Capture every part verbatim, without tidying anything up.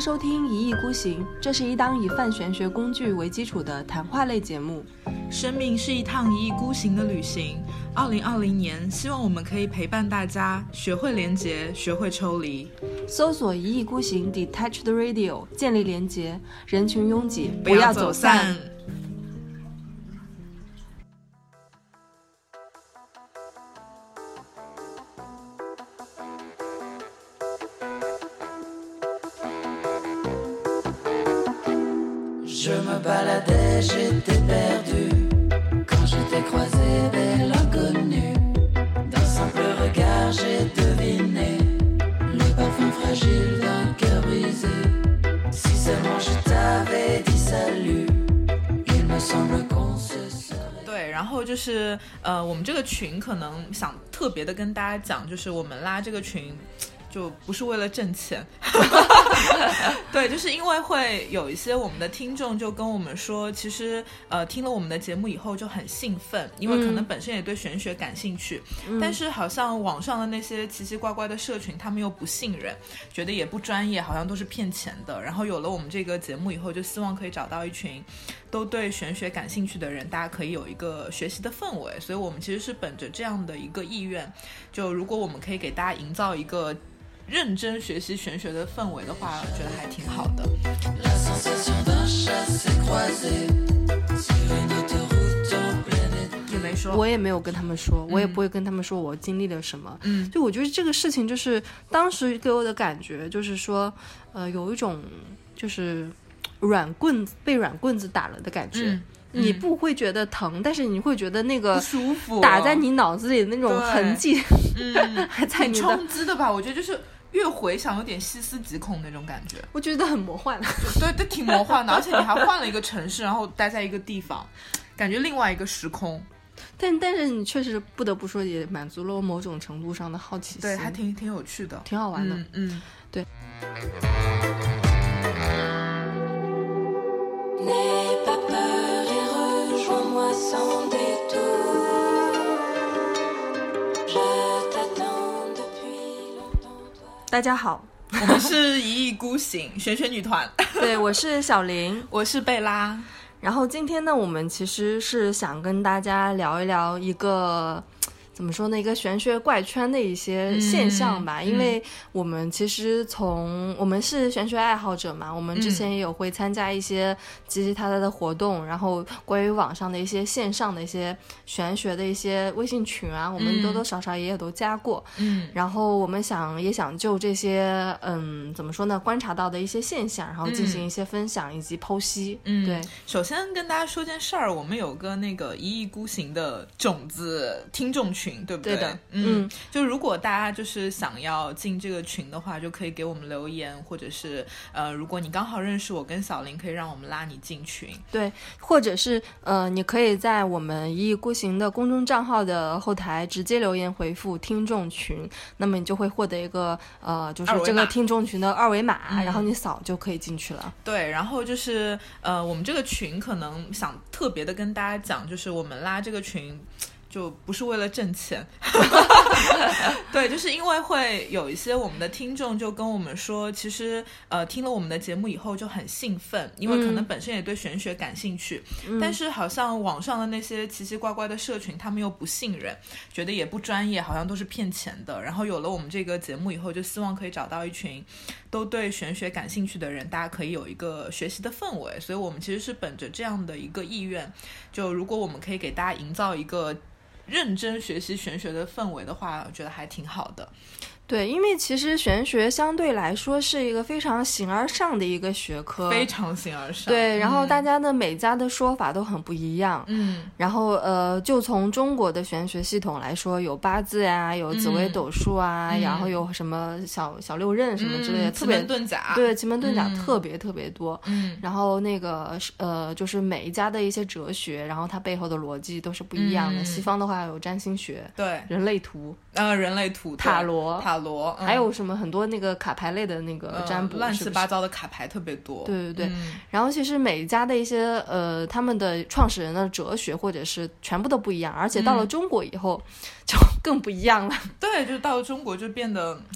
收听一意孤行，这是一档以泛玄学工具为基础的谈话类节目。 生命是一趟一意孤行的旅行，二零二零年希望我们可以陪伴大家学会连结，学会抽离。 搜索一意孤行 Detached Radio， 建立连结，人群拥挤， 不要走散。 Je me baladais, j'étais perdu quand je t'ai croisé, belle inconnue. D'un simple regard, j'ai deviné le parfum fragile d'un cœur brisé. Si seulement je t'avais dit salut, il me semble qu'on se serait. 对，然后就是呃，我们这个群可能想特别的跟大家讲，就是我们拉这个群。就不是为了挣钱对，就是因为会有一些我们的听众就跟我们说，其实呃听了我们的节目以后就很兴奋，因为可能本身也对玄学感兴趣、嗯、但是好像网上的那些奇奇怪怪的社群他们又不信任，觉得也不专业，好像都是骗钱的。然后有了我们这个节目以后，就希望可以找到一群都对玄学感兴趣的人，大家可以有一个学习的氛围。所以我们其实是本着这样的一个意愿，就如果我们可以给大家营造一个认真学习玄学的氛围的话，我觉得还挺好的。也没说， 我也没有跟他们说、嗯、我也不会跟他们说我经历了什么。 嗯， 就我觉得这个事情就是当时给我的感觉就是说呃，有一种就是软棍子被软棍子打了的感觉、嗯嗯、你不会觉得疼，但是你会觉得那个不舒服， 打在你脑子里的那种痕迹嗯， 还在你的冲击的吧。我觉得就是越回想有点细思极恐那种感觉， 我觉得很魔幻对对，挺魔幻的而且你还换了一个城市，然后待在一个地方，感觉另外一个时空。 但但是你确实不得不说也满足了我某种程度上的好奇心， 对，还挺挺有趣的， 挺好玩的。 嗯嗯， 对。大家好， 我们是一意孤行玄学女团对，我是小林， 我是贝拉。 然后今天呢，我们其实是想跟大家聊一聊一个怎么说呢，一个玄学怪圈的一些现象吧、嗯、因为我们其实从我们是玄学爱好者嘛，我们之前也有会参加一些其其他他的活动、嗯、然后关于网上的一些线上的一些玄学的一些微信群啊，我们多多少少也有都加过。 嗯， 然后我们想也想就这些嗯怎么说呢，观察到的一些现象，然后进行一些分享以及剖析。 嗯， 对。 首先跟大家说件事儿，我们有个那个一意孤行的种子听众群，对不对？ 对的。 嗯，就如果大家就是想要进这个群的话，就可以给我们留言，或者是呃，如果你刚好认识我跟小林，可以让我们拉你进群。 对，或者是呃，你可以在我们一意孤行的公众账号的后台直接留言回复听众群，那么你就会获得一个呃，就是这个听众群的二维码，然后你扫就可以进去了。 对，然后就是呃，我们这个群可能想特别的跟大家讲，就是我们拉这个群就不是为了挣钱对，就是因为会有一些我们的听众就跟我们说，其实呃听了我们的节目以后就很兴奋，因为可能本身也对玄学感兴趣、嗯、但是好像网上的那些奇奇怪怪的社群他们又不信任，觉得也不专业，好像都是骗钱的。然后有了我们这个节目以后，就希望可以找到一群都对玄学感兴趣的人，大家可以有一个学习的氛围。所以我们其实是本着这样的一个意愿，就如果我们可以给大家营造一个认真学习玄学的氛围的话，我觉得还挺好的。 对，因为其实玄学相对来说是一个非常形而上的一个学科， 非常形而上。 对，然后大家的每家的说法都很不一样。 嗯， 然后呃，就从中国的玄学系统来说，有八字呀，有紫微斗数啊，嗯、然后有什么小小六壬什么之类的， 嗯、 特别奇门遁甲， 对，奇门遁甲、 嗯、 特别特别多。 嗯， 然后那个呃，就是每一家的一些哲学，然后它背后的逻辑都是不一样的。嗯、西方的话有占星学， 对， 人类图， 呃，人类图， 塔罗， 塔罗， 嗯、还有什么很多那个卡牌类的那个占卜， 呃、乱七八糟的卡牌特别多。 对对对、 嗯。 然后其实每一家的一些呃，他们的创始人的哲学或者是全部都不一样，而且到了中国以后、嗯、就更不一样了。 对，就到了中国就变得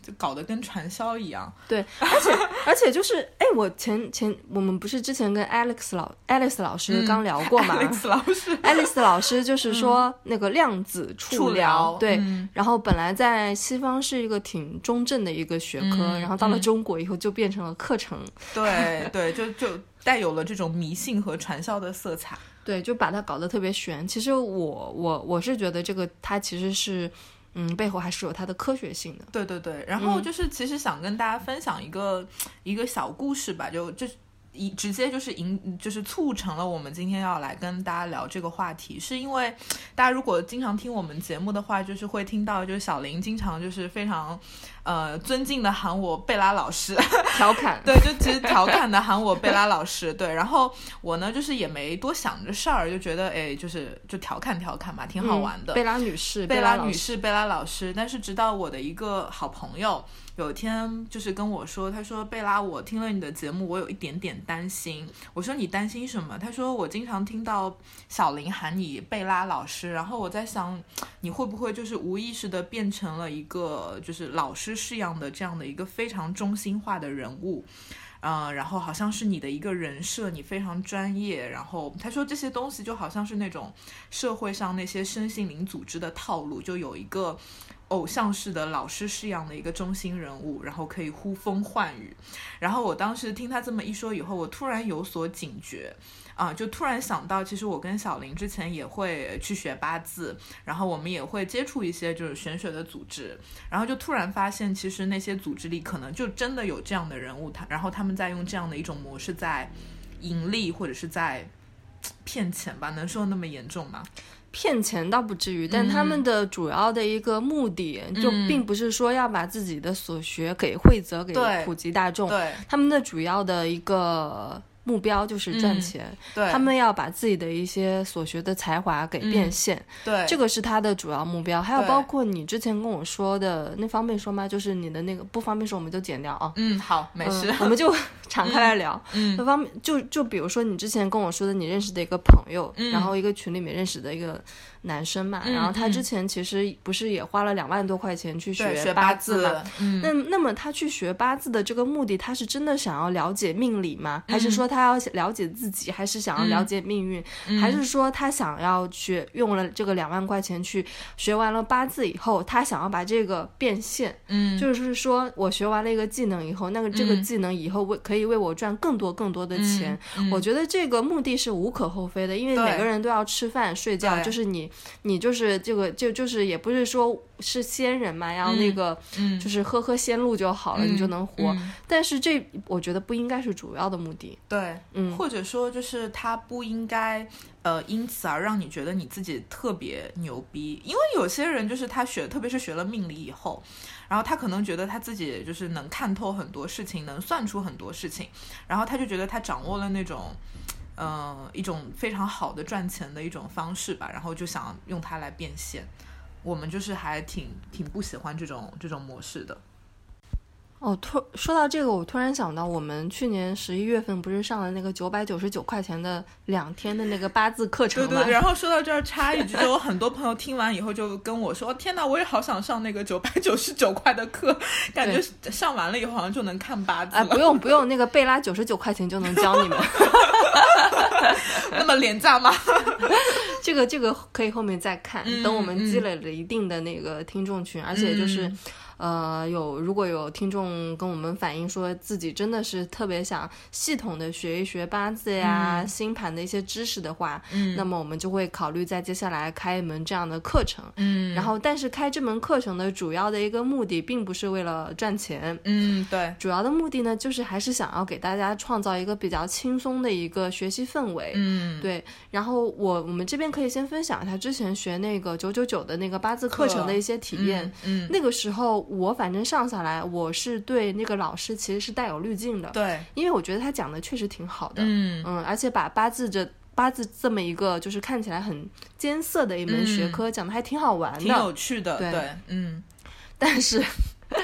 就搞得跟传销一样。 对，而且而且就是哎，我前前我们不是之前跟 Alex 老 Alex 老师刚聊过嘛、 嗯、Alex 老师 Alex 老师就是说、嗯、那个量子触疗，对、 嗯、 然后本来在西方是一个挺中正的一个学科、嗯、然后到了中国以后就变成了课程、嗯、 对对，就就带有了这种迷信和传销的色彩。 对，就把它搞得特别玄。其实我我我是觉得这个它其实是嗯，背后还是有它的科学性的。 对对对，然后就是其实想跟大家分享一个、嗯、一个小故事吧，就这一直接就是引就是促成了我们今天要来跟大家聊这个话题，是因为大家如果经常听我们节目的话，就是会听到就是小林经常就是非常呃尊敬的喊我贝拉老师， 调侃对，就其实调侃的喊我贝拉老师，对，然后我呢就是也没多想这事儿，就觉得哎就是就调侃调侃嘛，挺好玩的、 嗯、贝拉女士贝拉女士贝拉老师，但是直到我的一个好朋友有一天就是跟我说，他说贝拉，我听了你的节目，我有一点点担心。我说你担心什么？他说我经常听到小林喊你贝拉老师，然后我在想你会不会就是无意识的变成了一个就是老师式样的这样的一个非常中心化的人物，呃，然后好像是你的一个人设，你非常专业，然后他说这些东西就好像是那种社会上那些身心灵组织的套路，就有一个偶像式的老师式样的一个中心人物，然后可以呼风唤雨。然后我当时听他这么一说以后，我突然有所警觉啊、呃，就突然想到其实我跟小林之前也会去学八字，然后我们也会接触一些就是玄学的组织，然后就突然发现其实那些组织里可能就真的有这样的人物，他然后他们在用这样的一种模式在盈利或者是在骗钱吧，能说那么严重吗？ 骗钱倒不至于，但他们的主要的一个目的、嗯、就并不是说要把自己的所学给惠泽给普及大众， 对， 他们的主要的一个目标就是赚钱、嗯、 对， 他们要把自己的一些所学的才华给变现、嗯、 对， 这个是他的主要目标。还有包括你之前跟我说的，那方便说吗？就是你的那个，不方便说我们就剪掉啊。 嗯，好，没事、 嗯、我们就敞开来聊。 嗯， 那方面就就比如说你之前跟我说的，你认识的一个朋友、嗯、然后一个群里面认识的一个男生嘛、嗯、然后他之前其实不是也花了两万多块钱去学八字嘛？ 嗯， 那那么他去学八字的这个目的，他是真的想要了解命理吗？还是说他要了解自己，还是想要了解命运、嗯、还是说他想要学用了这个两万块钱去学完了八字以后，他想要把这个变现？ 嗯， 就是说我学完了一个技能以后，那个这个技能以后为可以为我赚更多更多的钱、 嗯嗯、 我觉得这个目的是无可厚非的，因为每个人都要吃饭睡觉，就是你你就是这个就就是也不是说是仙人嘛，然后那个、 嗯、 就是喝喝仙露就好了、嗯、你就能活、 嗯、 但是这我觉得不应该是主要的目的。 对， 嗯， 或者说就是他不应该呃因此而让你觉得你自己特别牛逼，因为有些人就是他学特别是学了命理以后，然后他可能觉得他自己就是能看透很多事情，能算出很多事情，然后他就觉得他掌握了那种呃一种非常好的赚钱的一种方式吧，然后就想用它来变现。我们就是还挺挺不喜欢这种这种模式的。 哦，突说到这个，我突然想到，我们去年十一月份不是上了那个九百九十九块钱的两天的那个八字课程吗？ 对对。然后说到这儿插一句，就有很多朋友听完以后就跟我说：“天哪，我也好想上那个九百九十九块的课，感觉上完了以后好像就能看八字了。” 哎，不用不用，那个贝拉九十九块钱就能教你们。 那么廉价吗？ 这个这个可以后面再看， 嗯、 等我们积累了一定的那个听众群，嗯、而且就是。呃，有如果有听众跟我们反映说自己真的是特别想系统的学一学八字呀、嗯、星盘的一些知识的话， 嗯， 那么我们就会考虑在接下来开一门这样的课程， 嗯， 然后但是开这门课程的主要的一个目的并不是为了赚钱， 嗯，对， 主要的目的呢就是还是想要给大家创造一个比较轻松的一个学习氛围， 嗯， 对，然后我我们这边可以先分享一下之前学那个九九九的那个八字课程的一些体验， 嗯，嗯那个时候我反正上下来我是对那个老师其实是带有滤镜的， 对， 因为我觉得他讲的确实挺好的， 嗯嗯，而且把八字这八字这么一个就是看起来很艰涩的一门学科、嗯、讲的还挺好玩的， 挺有趣的， 对， 对，嗯， 但是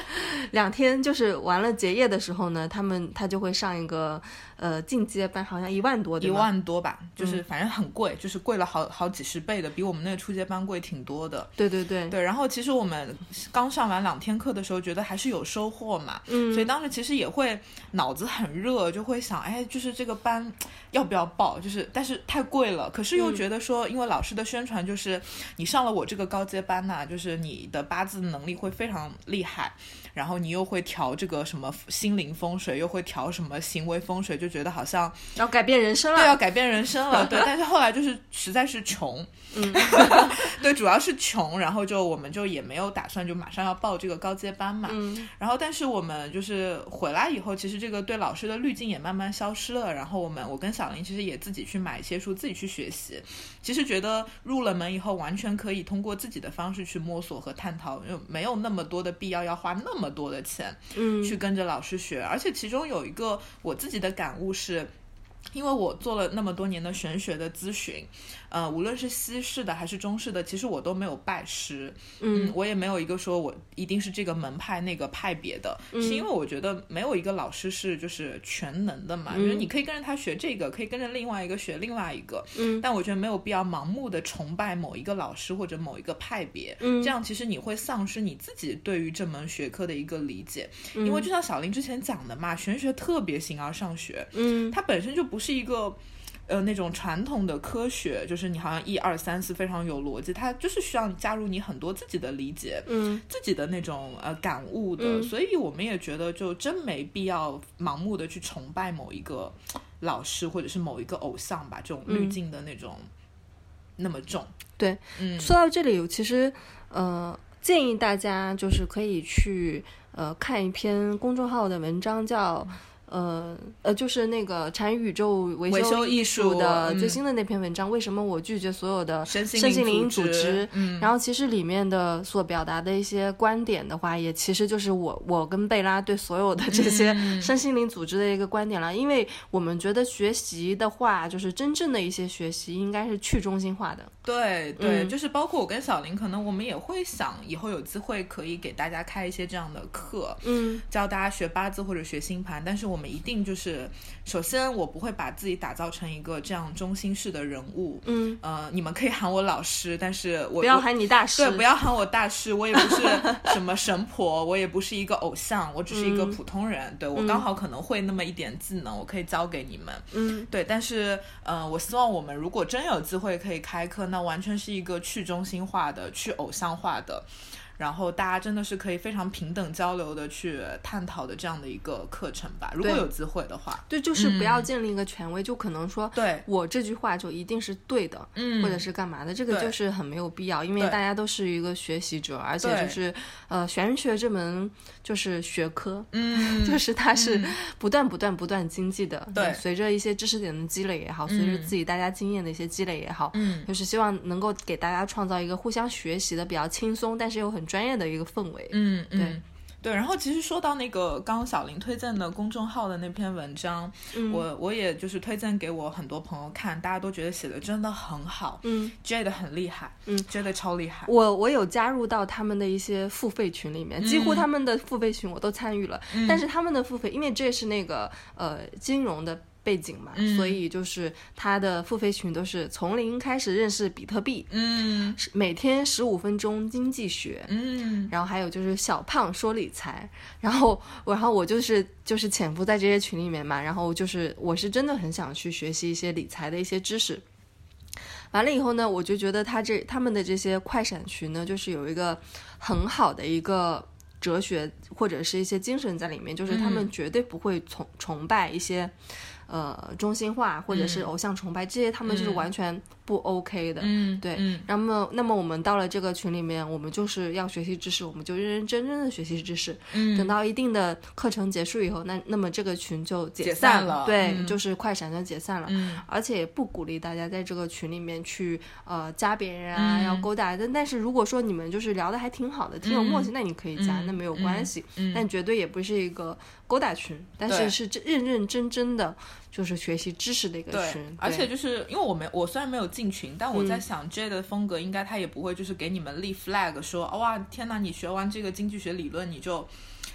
两天就是完了结业的时候呢，他们他就会上一个呃进阶班，好像一万多， 一万多吧，就是反正很贵，嗯、就是贵了好好几十倍的，比我们那个初阶班贵挺多的。 对对对对，然后其实我们刚上完两天课的时候，觉得还是有收获嘛，嗯，所以当时其实也会脑子很热，就会想，哎，就是这个班要不要报？就是但是太贵了，可是又觉得说，嗯、因为老师的宣传就是你上了我这个高阶班呐、啊，就是你的八字能力会非常厉害。然后你又会调这个什么心灵风水，又会调什么行为风水，就觉得好像要改变人生了， 对，要改变人生了，对。但是后来就是实在是穷，嗯，对，主要是穷，然后就我们就也没有打算就马上要报这个高阶班嘛，嗯。然后但是我们就是回来以后，其实这个对老师的滤镜也慢慢消失了。然后我们我跟小林其实也自己去买一些书，自己去学习。其实觉得入了门以后，完全可以通过自己的方式去摸索和探讨，没有那么多的必要要花那么。那么多的钱嗯，去跟着老师学，而且其中有一个我自己的感悟是，因为我做了那么多年的玄学的咨询，呃，无论是西式的还是中式的，其实我都没有拜师，嗯，我也没有一个说我一定是这个门派那个派别的，嗯、是因为我觉得没有一个老师是就是全能的嘛，嗯、就是你可以跟着他学这个，可以跟着另外一个学另外一个，嗯，但我觉得没有必要盲目的崇拜某一个老师或者某一个派别，嗯，这样其实你会丧失你自己对于这门学科的一个理解，嗯、因为就像小林之前讲的嘛，玄学特别形而上学，嗯，它本身就不是一个。呃，那种传统的科学，就是你好像一二三四非常有逻辑，它就是需要加入你很多自己的理解，嗯，自己的那种呃感悟的，嗯、所以我们也觉得就真没必要盲目的去崇拜某一个老师或者是某一个偶像吧，这种滤镜的那种、嗯、那么重。 对，嗯，说到这里，其实呃建议大家就是可以去呃看一篇公众号的文章叫。呃呃，就是那个禅宇宙维修艺术的最新的那篇文章，嗯、为什么我拒绝所有的身心灵组织？嗯，然后其实里面的所表达的一些观点的话，也其实就是我我跟贝拉对所有的这些身心灵组织的一个观点了。嗯、因为我们觉得学习的话，就是真正的一些学习应该是去中心化的。 对对、嗯，就是包括我跟小林，可能我们也会想以后有机会可以给大家开一些这样的课，嗯，教大家学八字或者学星盘，但是我们。我们一定就是首先我不会把自己打造成一个这样中心式的人物，嗯，呃，你们可以喊我老师，但是我不要喊你大师， 对，不要喊我大师，我也不是什么神婆，我也不是一个偶像，我只是一个普通人，嗯、对，我刚好可能会那么一点技能，我可以教给你们，嗯，对，但是呃，我希望我们如果真有机会可以开课，那完全是一个去中心化的、去偶像化的。然后大家真的是可以非常平等交流的去探讨的这样的一个课程吧，如果有机会的话。 对，就是不要建立一个权威，嗯、就可能说对我这句话就一定是对的，嗯，或者是干嘛的，这个就是很没有必要，因为大家都是一个学习者，而且就是呃玄学这门就是学科，嗯，就是它是不断不断不断经济的，对，随着一些知识点的积累也好，随着自己大家经验的一些积累也好，嗯，就是希望能够给大家创造一个互相学习的比较轻松，但是又很专业的一个氛围。 嗯，对。嗯对，然后其实说到那个刚刚小林推荐的公众号的那篇文章，嗯、我我也就是推荐给我很多朋友看，大家都觉得写的真的很好，嗯 ，Jade 很厉害，嗯 ，Jade 超厉害。 我我有加入到他们的一些付费群里面，嗯、几乎他们的付费群我都参与了，嗯、但是他们的付费，因为这是那个呃金融的背景嘛、嗯、所以就是他的付费群都是从零开始认识比特币，嗯，每天十五分钟经济学，嗯，然后还有就是小胖说理财，然后然后我就是就是潜伏在这些群里面嘛，然后就是我是真的很想去学习一些理财的一些知识。完了以后呢，我就觉得他这他们的这些快闪群呢，就是有一个很好的一个哲学或者是一些精神在里面，就是他们绝对不会崇崇拜一些呃中心化或者是偶像崇拜、嗯、这些他们就是完全不 OK 的，嗯，对，嗯，那么那么我们到了这个群里面，我们就是要学习知识，我们就认认真真的学习知识，嗯，等到一定的课程结束以后，那那么这个群就解散, 解散了， 对、 嗯， 就是快闪就解散了，嗯，而且也不鼓励大家在这个群里面去呃加别人啊，嗯、要勾搭，但但是如果说你们就是聊得还挺好的，挺有默契，嗯、那你可以加，嗯、那没有关系，嗯，但绝对也不是一个勾搭群，但是是认认真真的就是学习知识的一个群， 对，而且就是因为我没我虽然没有进群，但我在想 J 的风格应该他也不会就是给你们立 flag 说、哦、哇天哪，你学完这个经济学理论你就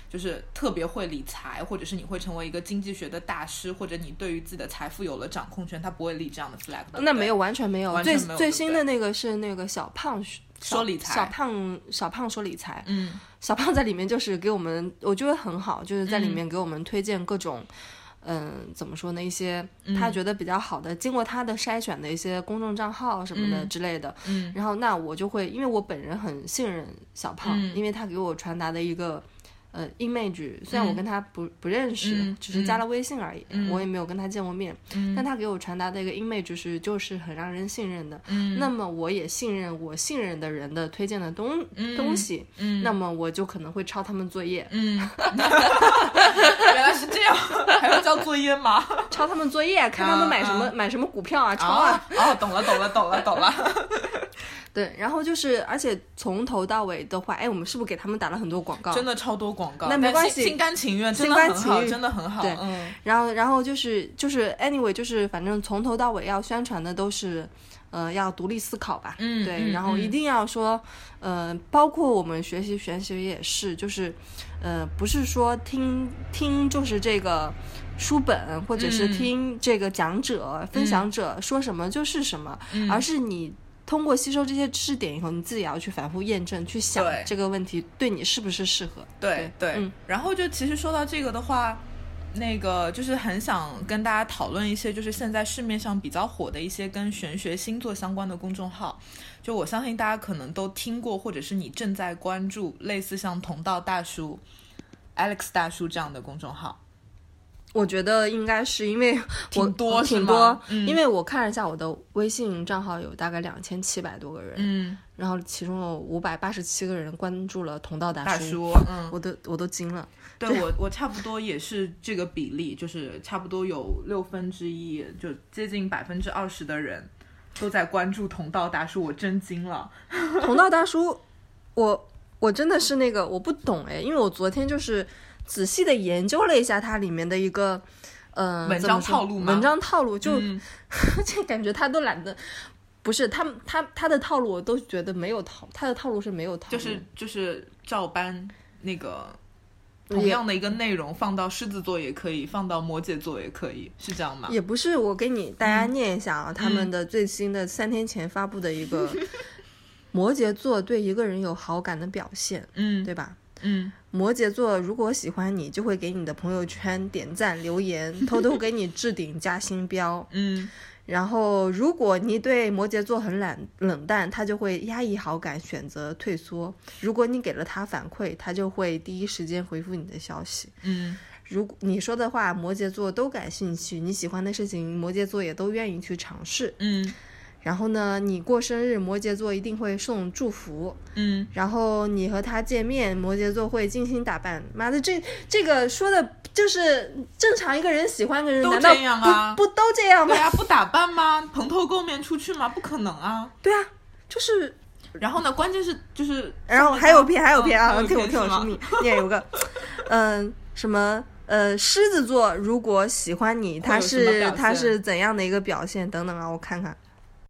就是特别会理财，或者是你会成为一个经济学的大师，或者你对于自己的财富有了掌控权，他不会立这样的 flag。 那没有，完全没有， 完全没有最最新的那个是那个小胖说理财， 小胖小胖说理财， 嗯， 小胖在里面就是给我们，我觉得很好，就是在里面给我们推荐各种嗯、呃、怎么说呢，一些他觉得比较好的、嗯、经过他的筛选的一些公众账号什么的之类的， 嗯， 然后那我就会，因为我本人很信任小胖、嗯、因为他给我传达的一个呃 image， 虽然我跟他不、嗯、不认识、嗯、只是加了微信而已、嗯、我也没有跟他见过面、嗯、但他给我传达的一个 image 是就是很让人信任的，嗯，那么我也信任我信任的人的推荐的东、嗯、东西，嗯，那么我就可能会抄他们作业， 嗯原来是这样，还要交作业吗？ 抄他们作业，看他们买什么、啊、买什么股票啊，抄啊， 哦，懂了懂了懂了懂了对，然后就是而且从头到尾的话，哎，我们是不是给他们打了很多广告？ 真的超多广告， 那没关系， 心甘情愿，真的很好，真的很好。 对， 嗯， 然后然后就是就是 anyway， 就是反正从头到尾要宣传的都是，呃，要独立思考吧， 嗯， 对， 嗯、 然后一定要说，呃，包括我们学习学习也是，就是，呃，不是说听听就是这个书本，或者是听这个讲者、嗯、分享者说什么就是什么，嗯、而是你。通过吸收这些知识点以后，你自己也要去反复验证，去想这个问题对你是不是适合。 对 对, 对、嗯，然后就其实说到这个的话，那个就是很想跟大家讨论一些就是现在市面上比较火的一些跟玄学星座相关的公众号，就我相信大家可能都听过，或者是你正在关注类似像同道大叔 Alex 大叔这样的公众号。 我觉得应该是因为我挺多挺多、 嗯、 因为我看了一下我的微信账号有大概两千七百多个人， 嗯， 然后其中有五百八十七个人关注了同道大叔， 大叔嗯， 我都我都惊了。 对, 对我我差不多也是这个比例，就是差不多有六分之一，就接近百分之二十的人都在关注同道大叔，我真惊了。 同道大叔，我我真的是那个我不懂哎，因为我昨天就是仔细的研究了一下它里面的一个呃文章套路吗？ 文章套路就、 嗯、 就感觉他都懒得，不是他他他的套路我都觉得没有套，他的套路是没有套路， 就是就是照搬那个同样的一个内容放到狮子座也可以，放到摩羯座也可以，是这样吗？ 也不是，我给你大家念一下啊、 嗯、 他们的最新的三天前发布的一个摩羯座对一个人有好感的表现， 嗯， 对吧？ 嗯， 摩羯座如果喜欢你，就会给你的朋友圈点赞留言，偷偷给你置顶加星标。 嗯， 然后如果你对摩羯座很冷冷淡，他就会压抑好感，选择退缩。如果你给了他反馈，他就会第一时间回复你的消息。 嗯， 如果你说的话摩羯座都感兴趣，你喜欢的事情摩羯座也都愿意去尝试。 嗯， 然后呢，你过生日摩羯座一定会送祝福。 嗯， 然后你和他见面摩羯座会精心打扮。妈的，这这个说的就是正常一个人喜欢个人都这样啊， 不不都这样吗？ 对啊，不打扮吗？蓬头垢面出去吗？不可能啊。 对啊，就是然后呢，关键是就是然后还有篇还有篇啊、 嗯、 听我听我说你你也有个嗯、呃、什么呃狮子座如果喜欢你他是他是怎样的一个表现等等啊，我看看。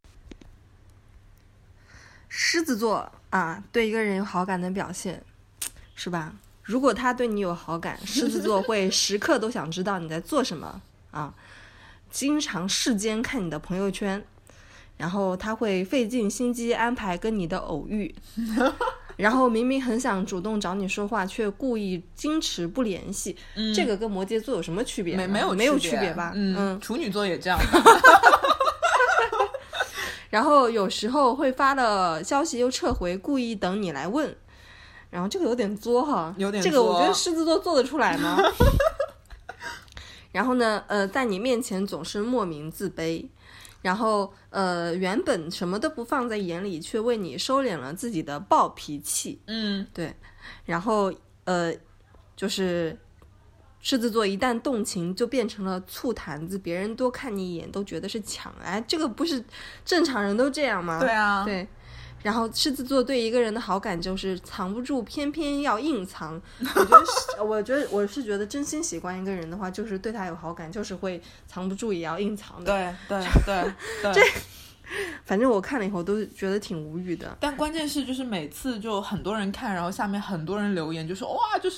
狮子座啊，对一个人有好感的表现是吧？如果他对你有好感，狮子座会时刻都想知道你在做什么啊，经常视奸看你的朋友圈，然后他会费尽心机安排跟你的偶遇然后明明很想主动找你说话，却故意矜持不联系、嗯、这个跟摩羯座有什么区别？ 没没有没有区别吧？ 嗯, 嗯处女座也这样然后有时候会发了消息又撤回，故意等你来问，然后这个有点作哈， 有点作， 这个我觉得狮子座做得出来吗？然后呢，呃，在你面前总是莫名自卑，然后呃，原本什么都不放在眼里，却为你收敛了自己的暴脾气。 嗯， 对，然后呃，就是狮子座一旦动情就变成了醋坛子，别人多看你一眼都觉得是抢，哎，这个不是正常人都这样吗？ 对啊， 对。然后狮子座对一个人的好感就是藏不住，偏偏要硬藏。我觉得是，我觉得我是觉得真心喜欢一个人的话，就是对他有好感，就是会藏不住也要硬藏的。 对对对对， 这反正我看了以后都觉得挺无语的。 但关键是就是每次就很多人看，然后下面很多人留言就说哇，就是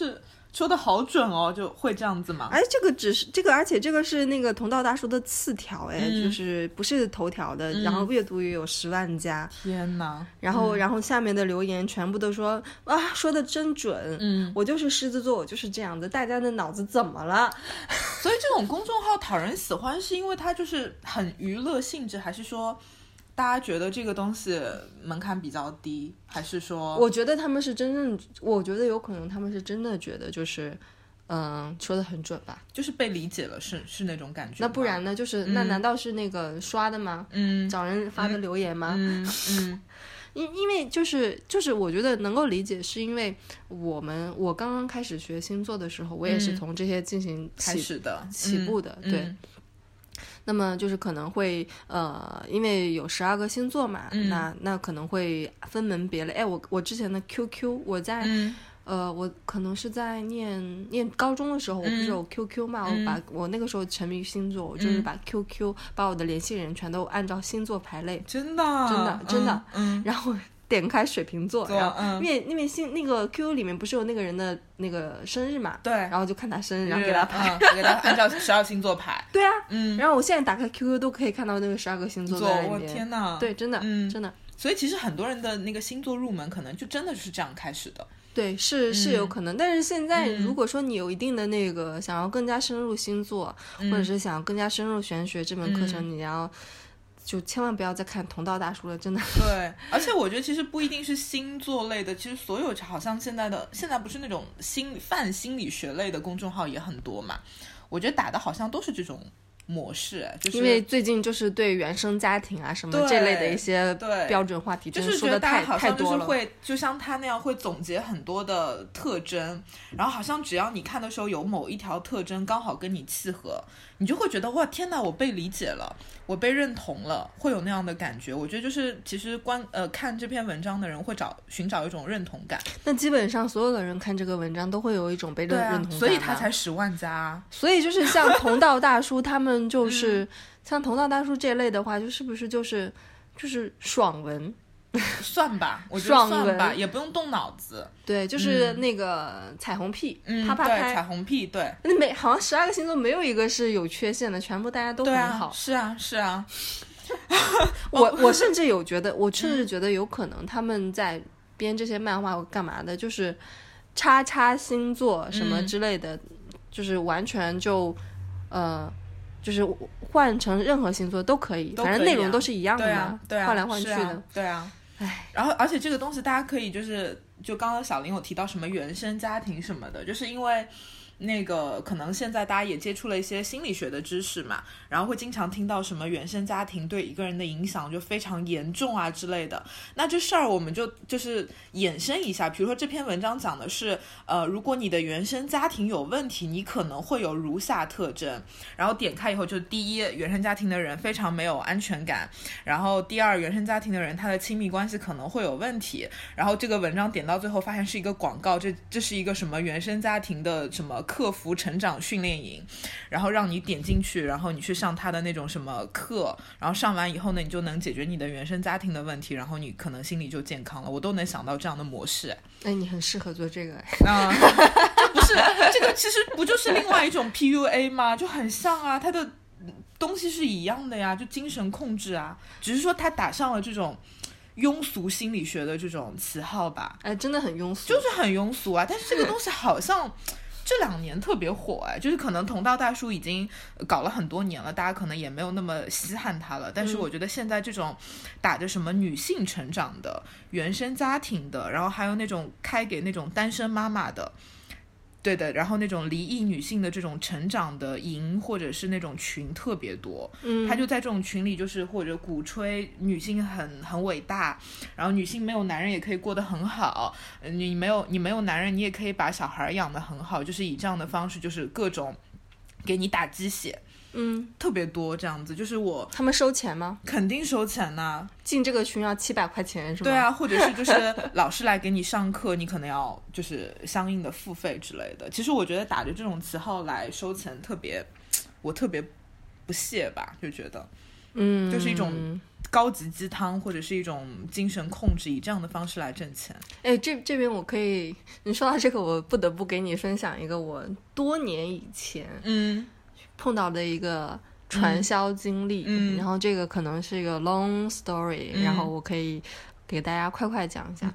说的好准哦，就会这样子吗？ 哎，这个只是这个，而且这个是那个同道大叔的次条，哎、嗯，就是不是头条的，嗯、然后阅读也有十万加， 天哪！ 然后、嗯、然后下面的留言全部都说啊，说的真准， 嗯， 我就是狮子座，我就是这样的，大家的脑子怎么了？ 所以这种公众号讨人喜欢，是因为它就是很娱乐性质，还是说？大家觉得这个东西门槛比较低，还是说？ 我觉得他们是真正，我觉得有可能他们是真的觉得就是，嗯，说的很准吧， 就是被理解了，是是那种感觉。 那不然呢？就是、嗯、那难道是那个刷的吗？ 嗯， 找人发的留言吗？ 嗯嗯， 因因为就是就是我觉得能够理解，是因为我们我刚刚开始学星座的时候，我也是从这些进行开始的起步的， 嗯、 对。 嗯那么就是可能会呃，因为有十二个星座嘛， 嗯、 那那可能会分门别类。哎，我我之前的 Q Q， 我在、 嗯、 呃，我可能是在念念高中的时候，我不是有 Q Q 嘛， 嗯、 我把我那个时候沉迷星座，我就是把 Q Q、嗯、把我的联系人全都按照星座排类， 真的真的真的， 嗯， 然后。点开水瓶座，然后、 嗯、 因为因为星那个 Q Q 里面不是有那个人的那个生日嘛， 对， 然后就看他生日，然后给他排， 嗯、给他按照十二星座排。 对啊， 嗯， 然后我现在打开 Q Q 都可以看到那个十二个星座在里面。 我天哪！ 对，真的， 嗯， 真的。 所以其实很多人的那个星座入门，可能就真的是这样开始的。 对，是是有可能， 嗯、 但是现在如果说你有一定的那个想要更加深入星座， 嗯、 或者是想要更加深入玄学这门课程， 嗯、 你要。就千万不要再看同道大叔了，真的。 对，而且我觉得其实不一定是星座类的，其实所有好像现在的现在不是那种心泛心理学类的公众号也很多嘛，我觉得打的好像都是这种模式，就是因为最近就是对原生家庭啊什么这类的一些标准话题，真的说的太太多了。 就是会就像他那样会总结很多的特征，然后好像只要你看的时候有某一条特征刚好跟你契合，你就会觉得哇天哪，我被理解了，我被认同了，会有那样的感觉。我觉得就是其实观呃看这篇文章的人会找寻找一种认同感。 那基本上所有的人看这个文章都会有一种被认、啊、认同感， 所以他才十万加、啊。 所以就是像同道大叔他们就是、嗯、像同道大叔这类的话，就是不是就是就是爽文。 算吧，我觉得算吧，也不用动脑子。 对，就是那个彩虹屁， 嗯， 啪啪拍， 对，彩虹屁，对。 那每好像十二个星座没有一个是有缺陷的，全部大家都很好。 啊是啊，是啊。 我我甚至有觉得，我甚至觉得有可能他们在编这些漫画干嘛的，就是叉叉星座什么之类的，嗯、就是完全就呃。就是换成任何星座都可以， 都可以啊、 反正内容都是一样的嘛， 对啊，对啊， 换来换去的， 啊对啊。唉，然后而且这个东西大家可以就是就刚刚小林有提到什么原生家庭什么的，就是因为那个可能现在大家也接触了一些心理学的知识嘛，然后会经常听到什么原生家庭对一个人的影响就非常严重啊之类的。那这事儿我们就就是衍生一下，比如说这篇文章讲的是呃，如果你的原生家庭有问题，你可能会有如下特征，然后点开以后就第一，原生家庭的人非常没有安全感，然后第二，原生家庭的人他的亲密关系可能会有问题，然后这个文章点到最后发现是一个广告，这这是一个什么原生家庭的什么克服成长训练营，然后让你点进去，然后你去上他的那种什么课，然后上完以后呢，你就能解决你的原生家庭的问题，然后你可能心里就健康了。我都能想到这样的模式。 哎，你很适合做这个。 啊、嗯，不是这个，其实不就是另外一种 P U A 吗？就很像啊，它的东西是一样的呀，就精神控制啊，只是说它打上了这种庸俗心理学的这种旗号吧。 哎，真的很庸俗， 就是很庸俗啊。但是这个东西好像这两年特别火，哎，就是可能同道大叔已经搞了很多年了，大家可能也没有那么稀罕他了。但是我觉得现在这种打着什么女性成长的、原生家庭的，然后还有那种开给那种单身妈妈的。对的，然后那种离异女性的这种成长的营或者是那种群特别多， 嗯， 他就在这种群里就是或者鼓吹女性很很伟大，然后女性没有男人也可以过得很好，你没有你没有男人你也可以把小孩养得很好，就是以这样的方式就是各种给你打鸡血。 嗯， 特别多这样子，就是我他们收钱吗？ 肯定收钱呐、啊， 进这个群要七百块钱是吗？ 对啊，或者是就是老师来给你上课，你可能要就是相应的付费之类的。其实我觉得打着这种旗号来收钱，特别我特别不屑吧，就觉得， 嗯， 就是一种高级鸡汤或者是一种精神控制，以这样的方式来挣钱。 哎，这这边我可以，你说到这个，我不得不给你分享一个我多年以前嗯碰到的一个传销经历， 嗯、 然后这个可能是一个 long story，、嗯、然后我可以给大家快快讲一下。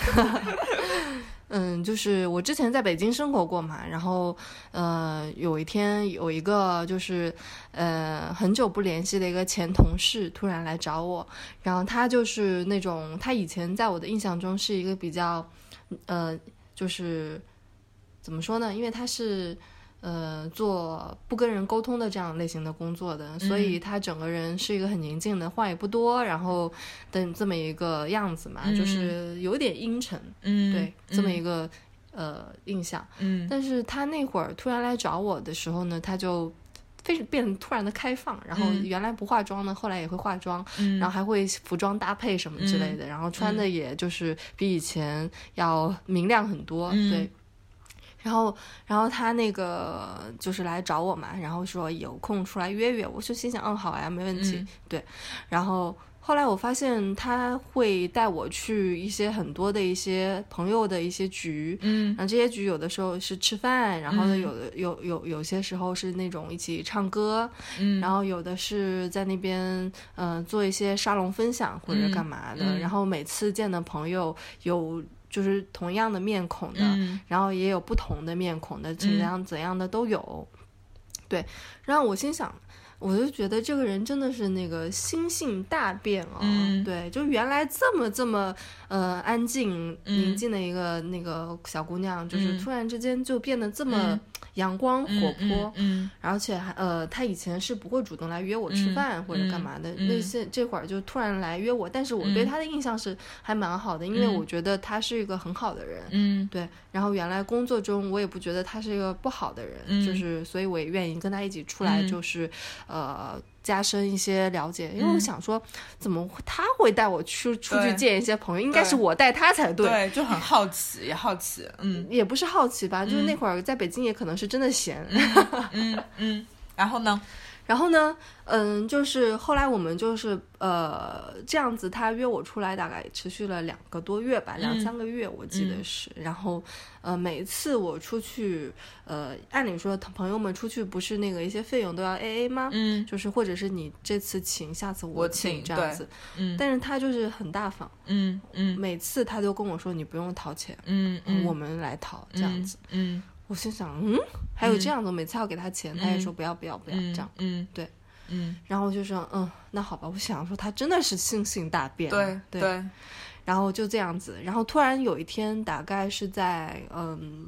嗯，就是我之前在北京生活过嘛，然后呃有一天有一个就是呃很久不联系的一个前同事突然来找我，然后他就是那种他以前在我的印象中是一个比较呃就是怎么说呢，因为他是呃做不跟人沟通的这样类型的工作的，所以他整个人是一个很宁静的，话也不多，然后的这么一个样子嘛、嗯、就是有点阴沉， 嗯， 对，这么一个、嗯、呃印象。 嗯， 但是他那会儿突然来找我的时候呢，他就非常变得突然的开放，然后原来不化妆呢、嗯、后来也会化妆、嗯、然后还会服装搭配什么之类的、嗯、然后穿的也就是比以前要明亮很多、嗯、对。然后然后他那个就是来找我嘛，然后说有空出来约约，我就心想嗯好呀，没问题、嗯、对。然后后来我发现他会带我去一些很多的一些朋友的一些局，嗯，然后这些局有的时候是吃饭，然后呢有的、嗯、有有有些时候是那种一起唱歌，嗯，然后有的是在那边嗯、呃、做一些沙龙分享或者干嘛的、嗯嗯、然后每次见的朋友有就是同样的面孔的、嗯、然后也有不同的面孔的，怎样怎样的都有、嗯、对。然后我心想我就觉得这个人真的是那个心性大变啊、哦嗯！对，就原来这么这么呃安静宁静的一个、嗯、那个小姑娘，就是突然之间就变得这么阳光活泼，嗯，嗯嗯而且还呃，她以前是不会主动来约我吃饭或者干嘛的，嗯、那些这会儿就突然来约我，但是我对她的印象是还蛮好的，嗯、因为我觉得她是一个很好的人，嗯，对。然后原来工作中我也不觉得她是一个不好的人，嗯、就是所以我也愿意跟她一起出来，就是。嗯呃，加深一些了解，因为我想说，嗯、怎么他会带我去出去见一些朋友？应该是我带他才对。 对，就很好奇，也好奇，嗯， 也不是好奇吧，嗯、就是那会儿在北京也可能是真的闲。 嗯嗯, 嗯，然后呢？ 然后呢，嗯，就是后来我们就是呃这样子，他约我出来，大概持续了两个多月吧，两三个月我记得是。嗯、然后呃每一次我出去，呃按理说朋友们出去不是那个一些费用都要 A A 吗？嗯，就是或者是你这次请，下次我请这样子。嗯，但是他就是很大方。嗯嗯，每次他都跟我说你不用掏钱，嗯嗯，我们来掏这样子。嗯。嗯我心想，嗯，还有这样的，嗯、每次要给他钱，嗯、他也说不要不要不要，嗯、这样，嗯，对，嗯，然后我就说，嗯，那好吧，我想说他真的是性性大变， 对对, 对， 然后就这样子，然后突然有一天，大概是在，嗯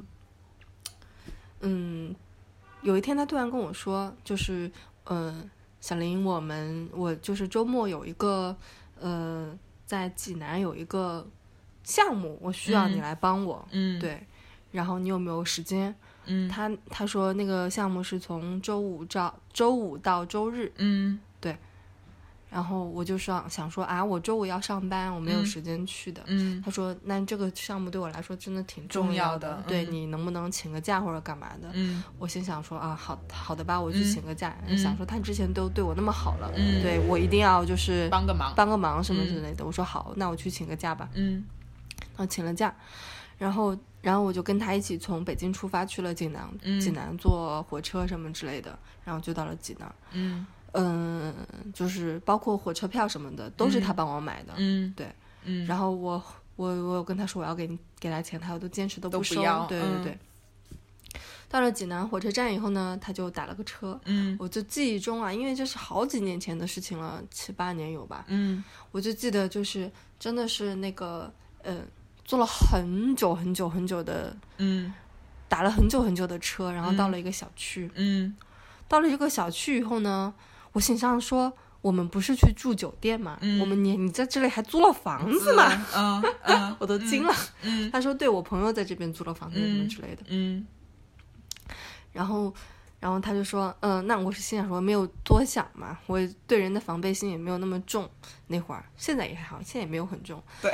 嗯，有一天他突然跟我说，就是，嗯，小林，我们我就是周末有一个，呃，在济南有一个项目，我需要你来帮我，嗯，对。然后你有没有时间？嗯，他他说那个项目是从周五到周五到周日，嗯，对。然后我就说想说啊，我周五要上班，我没有时间去的。嗯，他说那这个项目对我来说真的挺重要的， 重要的对、 嗯、 你能不能请个假或者干嘛的？嗯，我心想说啊，好好的吧，我去请个假。嗯、想说他之前都对我那么好了，嗯、对我一定要就是帮个忙， 帮个忙什么之类的。嗯、我说好，那我去请个假吧。嗯，然后请了假，然后。然后我就跟他一起从北京出发去了济南，嗯、济南坐火车什么之类的，然后就到了济南。嗯嗯，就是包括火车票什么的都是他帮我买的。嗯，对。嗯，然后我我我有跟他说我要给你给他钱，他都坚持都不收。 都不要对对对。嗯、到了济南火车站以后呢，他就打了个车。嗯，我就记忆中啊，因为这是好几年前的事情了，七八年有吧。嗯，我就记得就是真的是那个嗯。呃坐了很久很久很久的，嗯，打了很久很久的车，然后到了一个小区，嗯，到了一个小区以后呢，我心想说，我们不是去住酒店嘛，嗯、我们你你在这里还租了房子嘛，嗯，嗯嗯我都惊了，嗯，他说对我朋友在这边租了房子什么之类的，嗯，然后。然后他就说，嗯、呃，那我是心想说没有多想嘛，我对人的防备心也没有那么重，那会儿现在也还好，现在也没有很重。 对。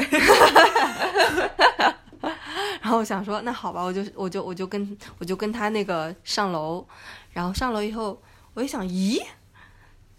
然后我想说，那好吧，我就我就我就跟我就跟他那个上楼，然后上楼以后，我一想，咦，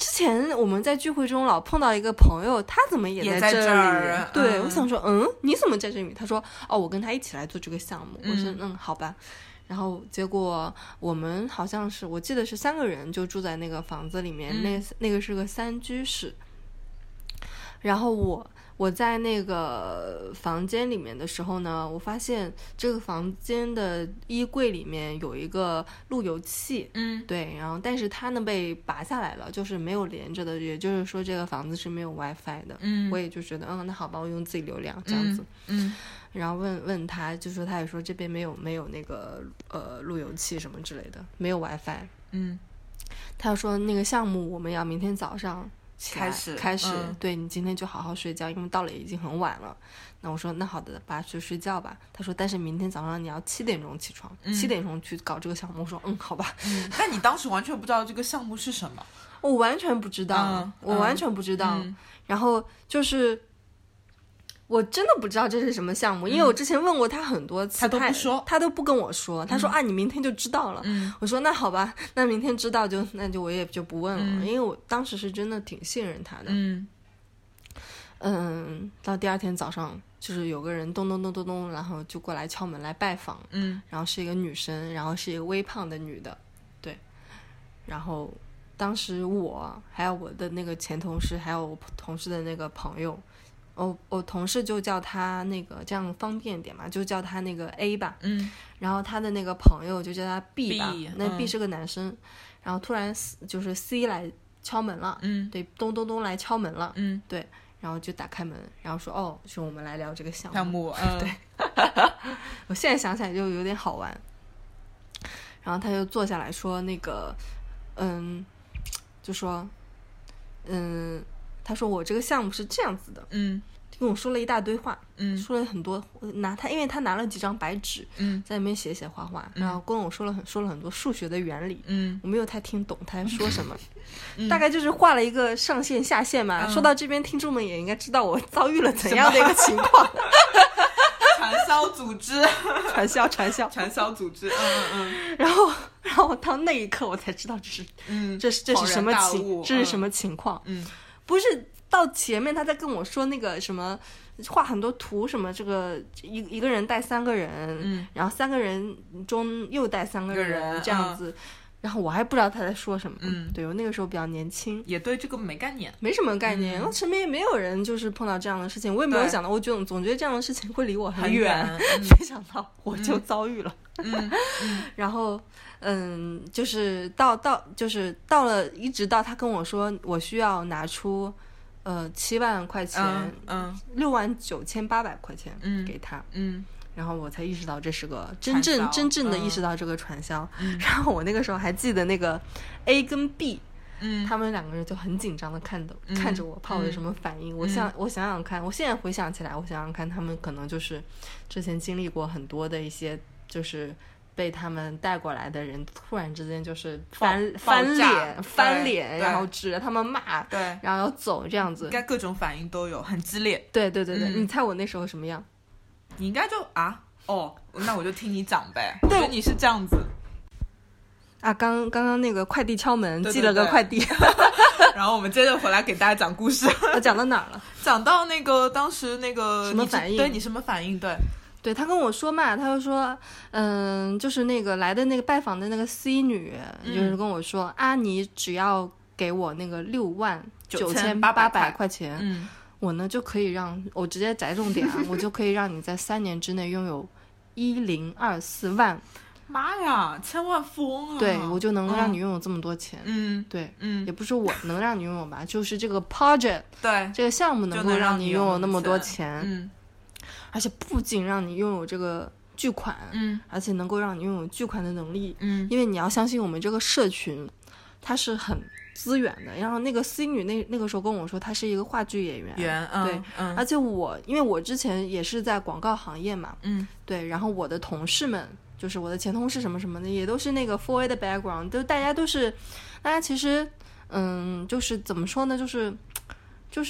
之前我们在聚会中老碰到一个朋友，他怎么也也在这里？ 这儿对、 嗯、 我想说，嗯，你怎么在这里？他说，哦，我跟他一起来做这个项目。 嗯、 我说，嗯，好吧。然后结果我们好像是，我记得是三个人就住在那个房子里面， 嗯、 那那个是个三居室。然后我我在那个房间里面的时候呢，我发现这个房间的衣柜里面有一个路由器， 嗯， 对，然后但是它呢被拔下来了，就是没有连着的，也就是说这个房子是没有 WiFi 的。 嗯， 我也就觉得，嗯，那好吧，我用自己流量这样子。 嗯，嗯然后问问他，就说他也说这边没有没有那个呃路由器什么之类的，没有 WiFi。 嗯， 他说那个项目我们要明天早上。 开始开始、 嗯、 对，你今天就好好睡觉，因为到了已经很晚了。那我说那好的，爸去睡觉吧。他说但是明天早上你要七点钟起床，七、嗯、点钟去搞这个项目。我说嗯好吧。 嗯，但你当时完全不知道这个项目是什么？ 我完全不知道， 嗯、 我完全不知道、 嗯、 然后就是我真的不知道这是什么项目、嗯、因为我之前问过他很多次， 他都不说， 他都不跟我说。他说、嗯、啊你明天就知道了、 嗯、 我说那好吧，那明天知道就那就我也就不问了、 嗯、 因为我当时是真的挺信任他的。 嗯嗯，到第二天早上就是有个人咚咚咚咚咚，然后就过来敲门来拜访。 嗯， 然后是一个女生，然后是一个微胖的女的，对。然后当时我还有我的那个前同事，还有我同事的那个朋友，我我同事就叫他那个这样方便点嘛，就叫他那个 A 吧。 嗯。 然后他的那个朋友就叫他 B 吧， B, 那 B 是个男生。嗯、然后突然就是 C 来敲门了。 嗯。 对，咚咚咚来敲门了。 嗯。 对。然后就打开门，然后说：“哦，兄，我们来聊这个项目。” 项目，嗯， 对。我现在想起来就有点好玩。然后他就坐下来说：“那个，嗯，就说，嗯，他说我这个项目是这样子的， 嗯， 跟我说了一大堆话， 嗯， 说了很多，拿他，因为他拿了几张白纸， 嗯， 在那边写写画画， 嗯、 然后跟我说了很说了很多数学的原理， 嗯， 我没有太听懂他在说什么。” 嗯、 大概就是画了一个上线下线嘛、嗯、说到这边听众们也应该知道我遭遇了怎样的一个情况。 传销组织传销传销传销组织，嗯嗯然后然后到那一刻我才知道这是嗯这是这是什么情这是什么情况。 嗯， 不是到前面他在跟我说那个什么画很多图什么，这个一一个人带三个人， 嗯， 然后三个人中又带三个人, 个人这样子。嗯，然后我还不知道他在说什么。 嗯， 对，我那个时候比较年轻， 也对这个没概念， 没什么概念。 嗯、 我身边也没有人就是碰到这样的事情，我也没有想到，我觉得总觉得这样的事情会离我很远， 嗯、 没想到我就遭遇了。 嗯，嗯然后嗯，就是到到就是到了，一直到他跟我说我需要拿出呃七万块钱， 嗯， 六、嗯、万九千八百块钱给他， 嗯。嗯然后我才意识到这是个真正真正的意识到这个传销、嗯、然后我那个时候还记得那个 A 跟 B、嗯、他们两个人就很紧张的看着、嗯、看着我，怕我有什么反应、嗯、我想我想想看，我现在回想起来，我想想看，他们可能就是之前经历过很多的一些，就是被他们带过来的人突然之间就是翻翻脸翻脸，然后指着他们骂， 对， 然后要走这样子， 应该各种反应都有，很激烈。 对对对对、 嗯、 你猜我那时候什么样？ 你应该就啊哦，那我就听你讲呗。我觉得你是这样子啊，刚刚刚那个快递敲门， 对对对寄了个快递。 然后我们接着回来给大家讲故事。 我讲到哪儿了？ 讲到那个当时那个什么反应？ 对你什么反应？对， 对他跟我说嘛，他就说，嗯，就是那个来的那个拜访的那个 C 女，嗯、就是跟我说啊，你只要给我那个六万九千八百块钱， 嗯。 我呢就可以让我直接摘重点啊，我就可以让你在三年之内拥有一零二四万。 妈呀，千万富翁啊！ 对，我就能让你拥有这么多钱。 嗯， 对， 嗯， 也不是我能让你拥有吧，就是这个 project， 对， 这个项目能够让你拥有那么多钱。 嗯， 而且不仅让你拥有这个巨款， 嗯， 而且能够让你拥有巨款的能力。 嗯， 因为你要相信我们这个社群，它是很资源的。然后那个 C 女那那个时候跟我说，她是一个话剧演员， 员嗯、 对， 嗯， 而且我因为我之前也是在广告行业嘛， 嗯， 对，然后我的同事们，就是我的前同事什么什么的，也都是那个 four A 的 background， 都大家都是，大家其实，嗯，就是怎么说呢，就是就是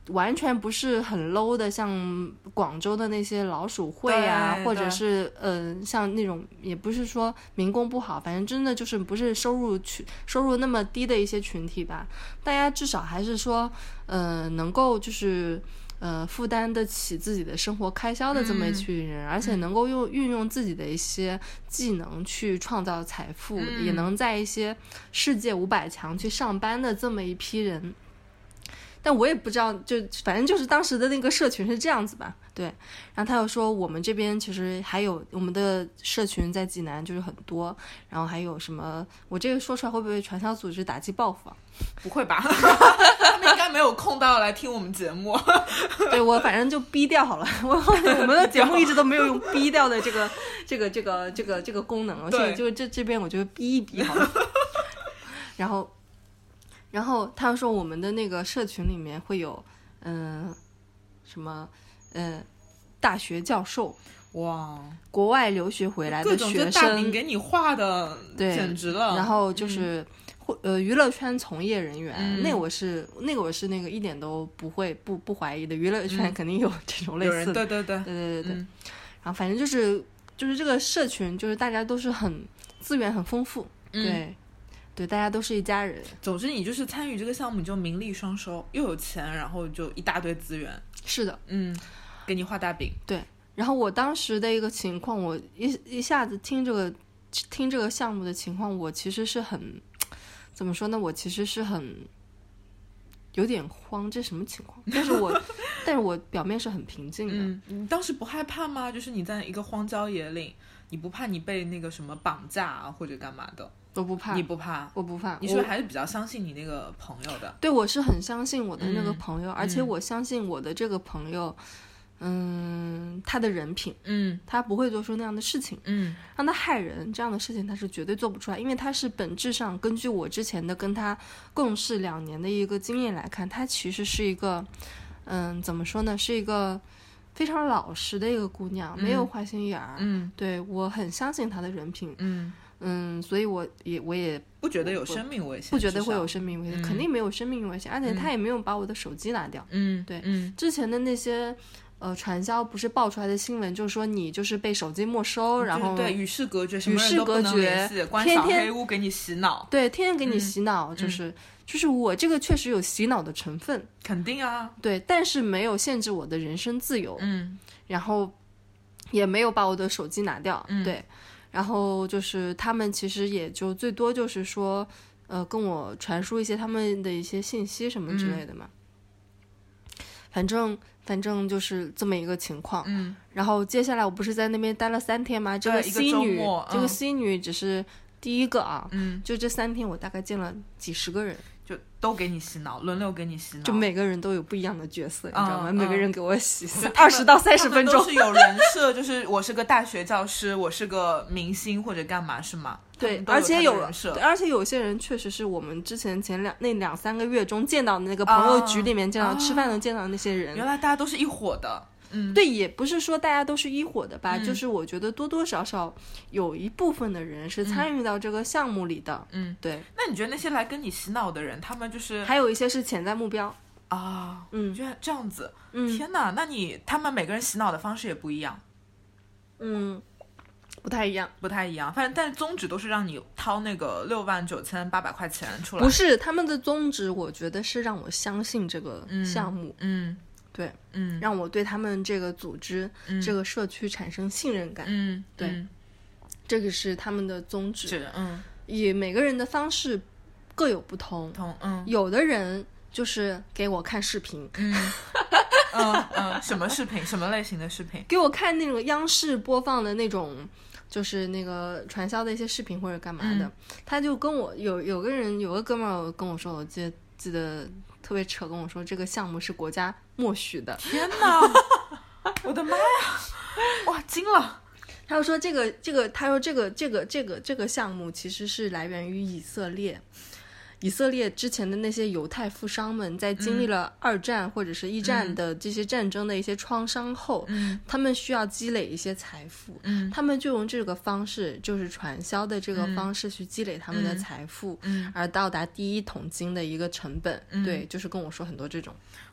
完全不是很 low 的，像广州的那些老鼠会啊，或者是呃像那种也不是说民工不好，反正真的就是不是收入群收入那么低的一些群体吧，大家至少还是说呃能够就是呃负担得起自己的生活开销的这么一群人、嗯、而且能够用运用自己的一些技能去创造财富、嗯、也能在一些世界五百强去上班的这么一批人。但我也不知道，就反正就是当时的那个社群是这样子吧，对。然后他又说我们这边其实还有我们的社群在济南就是很多，然后还有什么，我这个说出来会不会传销组织打击报复啊？ 不会吧，他们应该没有空到来听我们节目。 对，我反正就逼掉好了，我我们的节目一直都没有用逼掉的这个这个这个这个这个功能，所以就这这边我就逼一逼好了。然后。然后他说我们的那个社群里面会有嗯、呃、什么呃大学教授， 哇， 国外留学回来的学生，各种大饼给你画的简直了。 然后就是、嗯、呃娱乐圈从业人员、嗯、那我是那个我是那个一点都不会不不怀疑的，娱乐圈肯定有这种类似的、 嗯、对对对对对对对、嗯、然后反正就是就是这个社群就是大家都是很资源很丰富、嗯、对对，大家都是一家人。 总之你就是参与这个项目你就名利双收，又有钱然后就一大堆资源。 是的， 嗯，给你画大饼。 对，然后我当时的一个情况，我一一下子听这个听这个项目的情况，我其实是很怎么说呢，我其实是很有点慌，这什么情况？但是我但是我表面是很平静的。 嗯，你当时不害怕吗？就是你在一个荒郊野岭，你不怕你被那个什么绑架啊或者干嘛的？ 我不怕。 你不怕？ 我不怕。 你是不是还是比较相信你那个朋友的？ 对，我是很相信我的那个朋友、 嗯、 而且我相信我的这个朋友嗯他的人品， 嗯， 他不会做出那样的事情， 嗯， 让他害人这样的事情他是绝对做不出来，因为他是本质上根据我之前的跟他共事两年的一个经验来看，他其实是一个嗯怎么说呢，是一个非常老实的一个姑娘、嗯、没有坏心眼儿， 嗯， 对，我很相信她的人品， 嗯嗯，所以我也我也不觉得有生命危险， 不觉得会有生命危险、 嗯、 肯定没有生命危险，而且他也没有把我的手机拿掉， 嗯， 对， 嗯， 之前的那些呃传销不是爆出来的新闻，就是说你就是被手机没收，然后对与世隔绝， 与世隔绝， 关小黑屋给你洗脑， 对，天天给你洗脑、嗯、就是、嗯、就是我这个确实有洗脑的成分， 肯定啊， 对，但是没有限制我的人身自由， 嗯， 然后也没有把我的手机拿掉， 嗯， 对，然后就是他们其实也就最多就是说呃跟我传输一些他们的一些信息什么之类的嘛、嗯、反正反正就是这么一个情况， 嗯， 然后接下来我不是在那边待了三天吗？这个 C 女、 嗯、 这个 C 女只是第一个啊， 嗯， 就这三天我大概见了几十个人， 就都给你洗脑，轮流给你洗脑， 就每个人都有不一样的角色、嗯、你知道吗、嗯、每个人给我洗二十到三十分钟， 都是有人设，就是我是个大学教师，我是个明星或者干嘛是吗？ 对， 有而且有人设， 而且有些人确实是我们之前前两那两三个月中见到的那个朋友局里面见到、啊、吃饭能见到的那些人， 原来大家都是一伙的。嗯， 对，也不是说大家都是一伙的吧、 嗯、 就是我觉得多多少少有一部分的人是参与到这个项目里的， 嗯， 对。 那你觉得那些来跟你洗脑的人，他们就是还有一些是潜在目标啊， 嗯， 就这样子， 嗯， 天哪，那你他们每个人洗脑的方式也不一样， 嗯，不太一样， 不太一样，反正但是宗旨都是让你掏那个六万九千八百块钱出来， 不是他们的宗旨，我觉得是让我相信这个项目， 嗯。嗯对， 嗯， 让我对他们这个组织、 嗯、 这个社区产生信任感， 嗯， 对， 嗯、 这个是他们的宗旨， 是，嗯， 也每个人的方式各有不同， 同，嗯， 有的人就是给我看视频， 嗯，嗯嗯，什么视频？什么类型的视频？ 给我看那种央视播放的那种，就是那个传销的一些视频或者干嘛的， 嗯、 他就跟我有有个人有个哥们儿跟我说，我记得记得。特别扯，跟我说这个项目是国家默许的。 天哪，我的妈呀，哇，惊了！ 他就说这个这个，他说这个这个这个这个项目其实是来源于以色列。以色列之前的那些犹太富商们在经历了二战或者是一战的这些战争的一些创伤后、 嗯、 他们需要积累一些财富、 嗯、 他们就用这个方式，就是传销的这个方式去积累他们的财富、 嗯、 而到达第一桶金的一个成本、 嗯、 对，就是跟我说很多这种。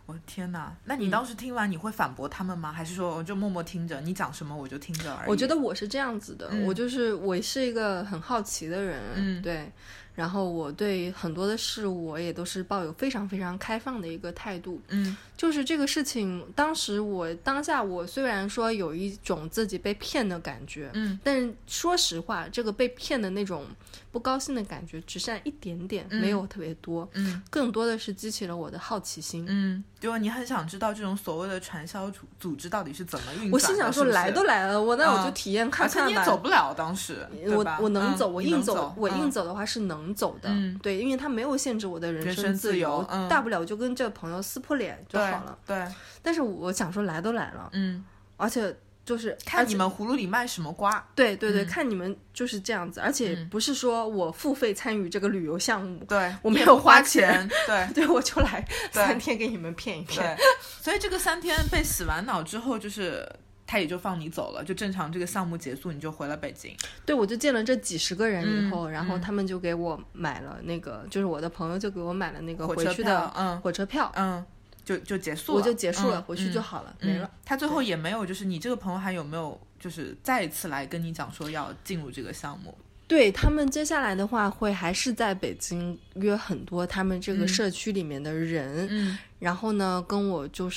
我天哪，那你当时听完你会反驳他们吗？嗯、还是说我就默默听着，你讲什么我就听着而已？ 我觉得我是这样子的， 嗯、 我就是我是一个很好奇的人， 嗯， 对，然后我对很多的事物我也都是抱有非常非常开放的一个态度， 嗯， 就是这个事情，当时我当下我虽然说有一种自己被骗的感觉， 嗯， 但是说实话，这个被骗的那种不高兴的感觉只剩一点点， 嗯、 没有特别多， 嗯， 更多的是激起了我的好奇心， 嗯，就你很想知道这种所谓的传销组组织到底是怎么运转的。 我心想说， 是是来都来了，我那我就体验看看吧。 而且你也走不了，当时我我能走， 嗯、 我硬走，走我硬走的话是能走的， 嗯、 对，因为他没有限制我的人身自由， 嗯、 大不了就跟这个朋友撕破脸就好了。 对，对但是我想说，来都来了， 嗯， 而且。就是看你们葫芦里卖什么瓜， 对对对、 嗯， 看你们就是这样子，而且不是说我付费参与这个旅游项目， 对， 我没有花钱，对对，我就来三天给你们骗一骗。 对，所以这个三天被洗完脑之后，就是他也就放你走了，就正常这个项目结束，你就回了北京。 对，我就见了这几十个人以后， 嗯、 然后他们就给我买了那个，就是我的朋友就给我买了那个回去的火车票， 嗯。嗯就就结束了， 我就结束了， 嗯、 回去就好了， 嗯、 没了。 他最后也没有，就是你这个朋友还有没有，就是再一次来跟你讲说要进入这个项目？ 对，他们接下来的话会还是在北京约很多他们这个社区里面的人， 嗯， 然后呢跟我就是。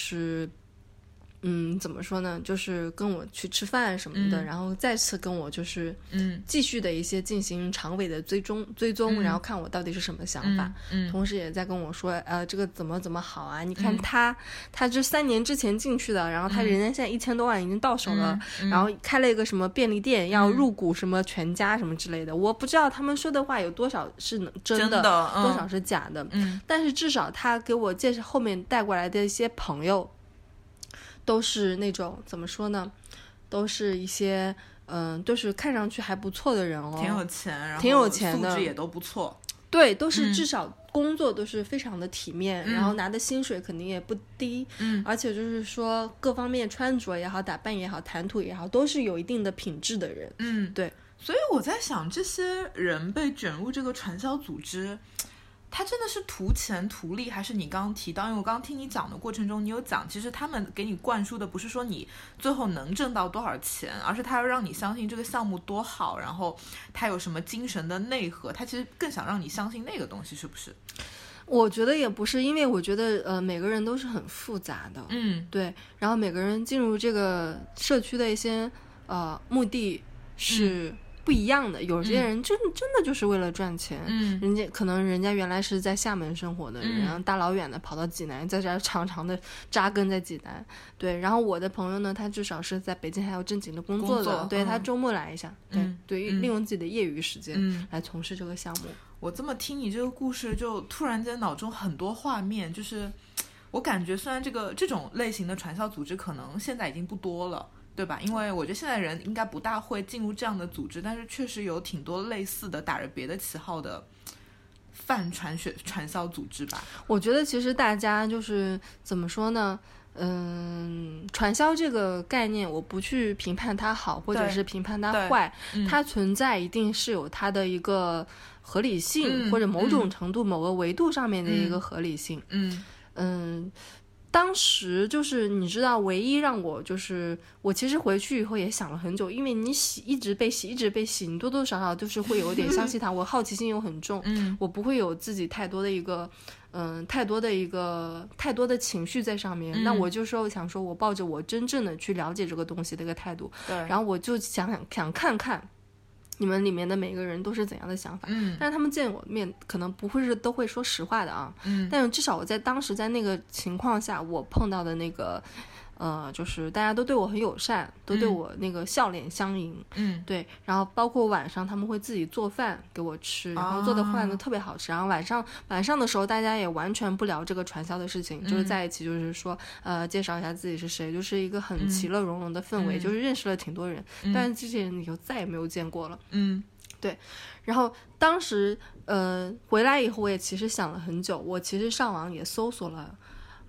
嗯，怎么说呢？就是跟我去吃饭什么的， 嗯、 然后再次跟我就是嗯继续的一些进行长尾的追踪追踪、 嗯， 然后看我到底是什么想法。 嗯，嗯同时也在跟我说，呃，这个怎么怎么好啊？你看他，嗯、他这三年之前进去的，然后他人家现在一千多万已经到手了， 嗯、 然后开了一个什么便利店，要入股什么全家什么之类的。我不知道他们说的话有多少是真的， 真的多少是假的。 嗯， 但是至少他给我介绍后面带过来的一些朋友。都是那种怎么说呢，都是一些嗯、呃，都是看上去还不错的人哦， 挺有钱，然后挺有钱的， 素质也都不错。 对，都是至少工作都是非常的体面， 嗯、 然后拿的薪水肯定也不低， 嗯， 而且就是说各方面穿着也好，打扮也好，谈吐也好，都是有一定的品质的人。 嗯， 对。 所以我在想，这些人被卷入这个传销组织。他真的是图钱图利，还是你刚刚提到，因为我刚刚听你讲的过程中，你有讲其实他们给你灌输的不是说你最后能挣到多少钱，而是他要让你相信这个项目多好，然后他有什么精神的内核，他其实更想让你相信那个东西，是不是？ 我觉得也不是，因为我觉得呃每个人都是很复杂的， 嗯， 对，然后每个人进入这个社区的一些呃目的是、嗯不一样的，有些人真、嗯、真的就是为了赚钱， 嗯， 人家可能人家原来是在厦门生活的人， 嗯、 然后大老远的跑到济南，在这儿长长的扎根在济南，对。然后我的朋友呢，他至少是在北京还有正经的工作的， 工作对、 嗯、 他周末来一下，对、 嗯、 对、嗯，利用自己的业余时间、 嗯、 来从事这个项目。 我这么听你这个故事，就突然间脑中很多画面，就是我感觉虽然这个这种类型的传销组织可能现在已经不多了。对吧？因为我觉得现在人应该不大会进入这样的组织，但是确实有挺多类似的打着别的旗号的泛传学传销组织吧。 我觉得其实大家就是怎么说呢？嗯，传销这个概念，我不去评判它好，或者是评判它坏， 嗯、 它存在一定是有它的一个合理性， 嗯、 或者某种程度、 嗯、 某个维度上面的一个合理性。 嗯嗯。当时就是你知道，唯一让我就是我其实回去以后也想了很久，因为你洗一直被洗一直被洗，你多多少少就是会有点相信他。我好奇心又很重， 嗯， 我不会有自己太多的一个嗯、呃、太多的一个太多的情绪在上面。 嗯、 那我就说想说我抱着我真正的去了解这个东西的一个态度， 对， 然后我就想想想看看。你们里面的每个人都是怎样的想法？ 嗯， 但是他们见我面可能不会是都会说实话的啊。 嗯， 但是至少我在当时在那个情况下，我碰到的那个，呃，就是大家都对我很友善，都对我那个笑脸相迎。 嗯， 对。然后包括晚上他们会自己做饭给我吃，然后做的饭都特别好吃。 啊、 然后晚上晚上的时候，大家也完全不聊这个传销的事情， 嗯、 就是在一起，就是说呃介绍一下自己是谁，就是一个很其乐融融的氛围， 嗯、 就是认识了挺多人。 嗯、 但是这些人以后再也没有见过了。 嗯。 对，然后当时呃回来以后，我也其实想了很久，我其实上网也搜索了，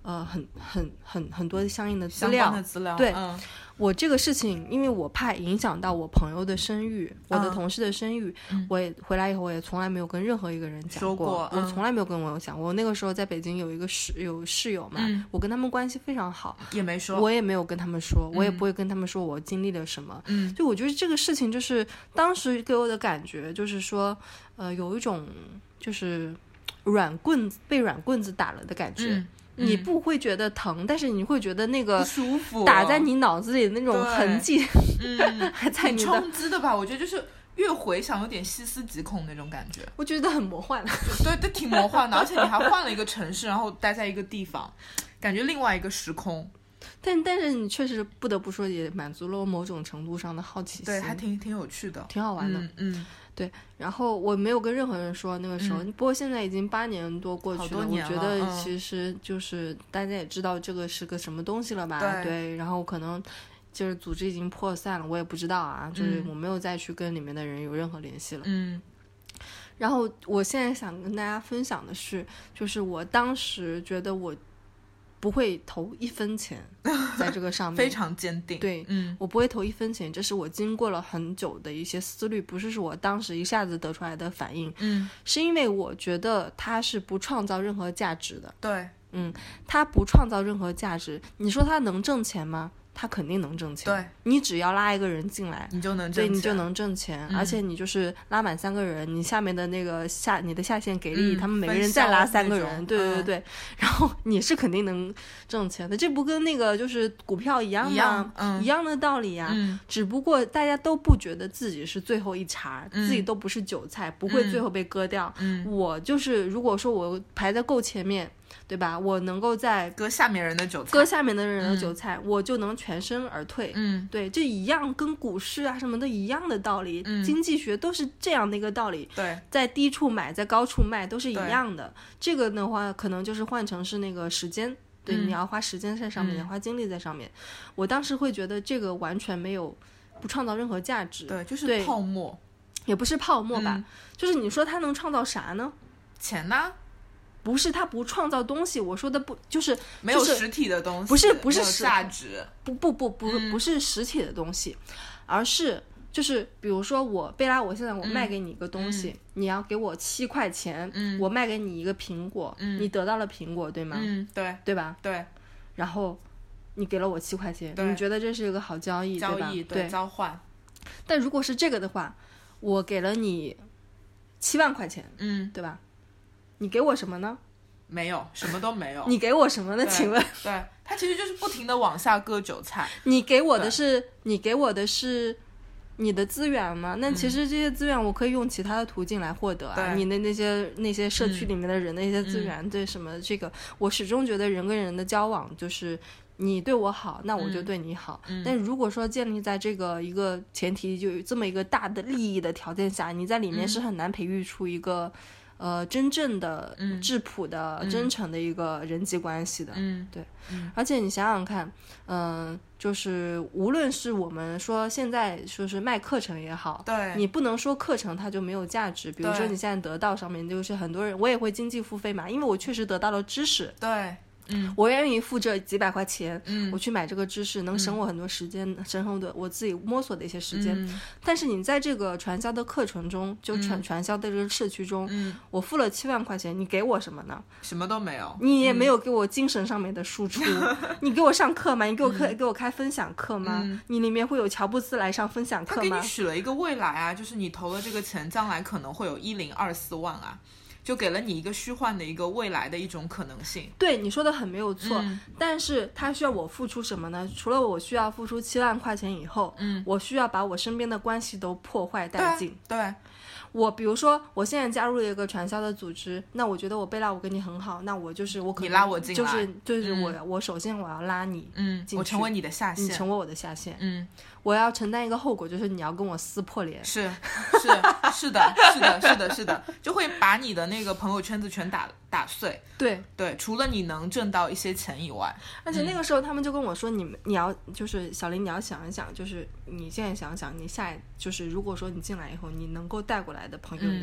呃很很很很多相应的资相料。 关的资料， 对、 嗯， 我这个事情，因为我怕影响到我朋友的声誉，我的同事的声誉， 嗯、 我也回来以后我也从来没有跟任何一个人讲说过，嗯、 我从来没有跟我有讲过。我那个时候在北京有一个室有室友嘛、 嗯， 我跟他们关系非常好， 也没说， 我也没有跟他们说， 嗯、 我也不会跟他们说我经历了什么。 嗯， 就我觉得这个事情就是当时给我的感觉就是说，呃，有一种就是软棍子被软棍子打了的感觉。 嗯你不会觉得疼、嗯、但是你会觉得那个不舒服， 打在你脑子里的那种痕迹嗯， 还在你的冲击的吧。我觉得就是越回想有点细思极恐那种感觉， 我觉得很魔幻。 对对，挺魔幻的。而且你还换了一个城市，然后待在一个地方，感觉另外一个时空。 但但是你确实不得不说也满足了我某种程度上的好奇心， 对，还挺挺有趣的， 挺好玩的。 嗯嗯， 对。然后我没有跟任何人说那个时候、嗯、不过现在已经八年多过去了， 了我觉得其实就是、嗯、大家也知道这个是个什么东西了吧。 对, 对，然后可能就是组织已经破散了，我也不知道啊，就是我没有再去跟里面的人有任何联系了。 嗯。 然后我现在想跟大家分享的是，就是我当时觉得我不会投一分钱在这个上面， 非常坚定。 对， 嗯， 我不会投一分钱，这是我经过了很久的一些思虑，不是是我当时一下子得出来的反应。 嗯， 是因为我觉得它是不创造任何价值的。 对， 嗯，它不创造任何价值。你说它能挣钱吗？他肯定能挣钱， 对， 你只要拉一个人进来， 你就能挣钱， 对，你就能挣钱、嗯、而且你就是拉满三个人，你下面的那个下你的下线给力、嗯、他们每个人再拉三个人，对对对、嗯、然后你是肯定能挣钱的，这不跟那个就是股票一样吗？ 一样、嗯、 一样的道理呀、 嗯、 只不过大家都不觉得自己是最后一茬、嗯、自己都不是韭菜，不会最后被割掉、 嗯、 我就是如果说我排在够前面，对吧？我能够在割下面人的韭菜， 割下面的人的韭菜、嗯、我就能全身而退。 嗯， 对，这一样，跟股市啊什么的一样的道理、 嗯、 经济学都是这样的一个道理。 对， 在低处买，在高处卖都是一样的。这个的话可能就是换成是那个时间，对、嗯、你要花时间在上面、嗯、你要花精力在上面。我当时会觉得这个完全没有不创造任何价值。 对，就是泡沫， 也不是泡沫吧、 嗯、 就是你说它能创造啥呢？ 钱呢？ 不是，它不创造东西，我说的不就是没有实体的东西， 不是不是价值， 不不不不、嗯、不是实体的东西，而是就是比如说我贝拉，我现在我卖给你一个东西、嗯、你要给我七块钱、嗯、我卖给你一个苹果、嗯、你得到了苹果，对吗？ 嗯，对对吧？ 对， 然后你给了我七块钱，你觉得这是一个好交易， 交易对吧？ 对，交换。 但如果是这个的话，我给了你七万块钱， 嗯， 对吧？你给我什么呢？ 没有，什么都没有。 你给我什么呢？请问？ 对，他其实就是不停的往下割韭菜。 你给我的是，你给我的是你的资源吗？那其实这些资源我可以用其他的途径来获得啊。 嗯、 你的那些那些社区里面的人的一些资源，嗯、对什么这个，我始终觉得人跟人的交往就是你对我好，那我就对你好。 嗯、 但如果说建立在这个一个前提，就有这么一个大的利益的条件下，你在里面是很难培育出一个。呃，真正的质朴的、嗯、真诚的一个人际关系的， 嗯， 对， 嗯， 而且你想想看，嗯、呃，就是无论是我们说现在说是卖课程也好， 对， 你不能说课程它就没有价值，比如说你现在得到上面就是很多人，我也会经济付费嘛，因为我确实得到了知识， 对。嗯， 我愿意付这几百块钱， 嗯， 我去买这个知识，能省我很多时间，嗯、省我的我自己摸索的一些时间。 嗯、 但是你在这个传销的课程中，就传、嗯、传销的这个社区中， 嗯， 我付了七万块钱，你给我什么呢？ 什么都没有， 你也没有给我精神上面的输出。嗯、你给我上课吗？你给我课、 嗯、 给我开分享课吗？ 嗯、 你里面会有乔布斯来上分享课吗？ 他给你许了一个未来啊，就是你投了这个钱，将来可能会有一零二四万啊。就给了你一个虚幻的一个未来的一种可能性。 对，你说的很没有错、 嗯、 但是他需要我付出什么呢？除了我需要付出七万块钱以后， 嗯， 我需要把我身边的关系都破坏殆尽。 对，对我比如说我现在加入了一个传销的组织，那我觉得我贝拉我跟你很好，那我就是我可能你拉我进来， 就是就是我、 嗯、 我首先我要拉你嗯进去， 我成为你的下线， 你成为我的下线， 嗯， 我要承担一个后果，就是你要跟我撕破脸， 是是是的是的是的是的，就会把你的那个朋友圈子全打打碎。 对对，除了你能挣到一些钱以外， 而且那个时候他们就跟我说，你们你要就是小林，你要想一想，就是你现在想想，你下就是如果说你进来以后，你能够带过来的朋友有、嗯、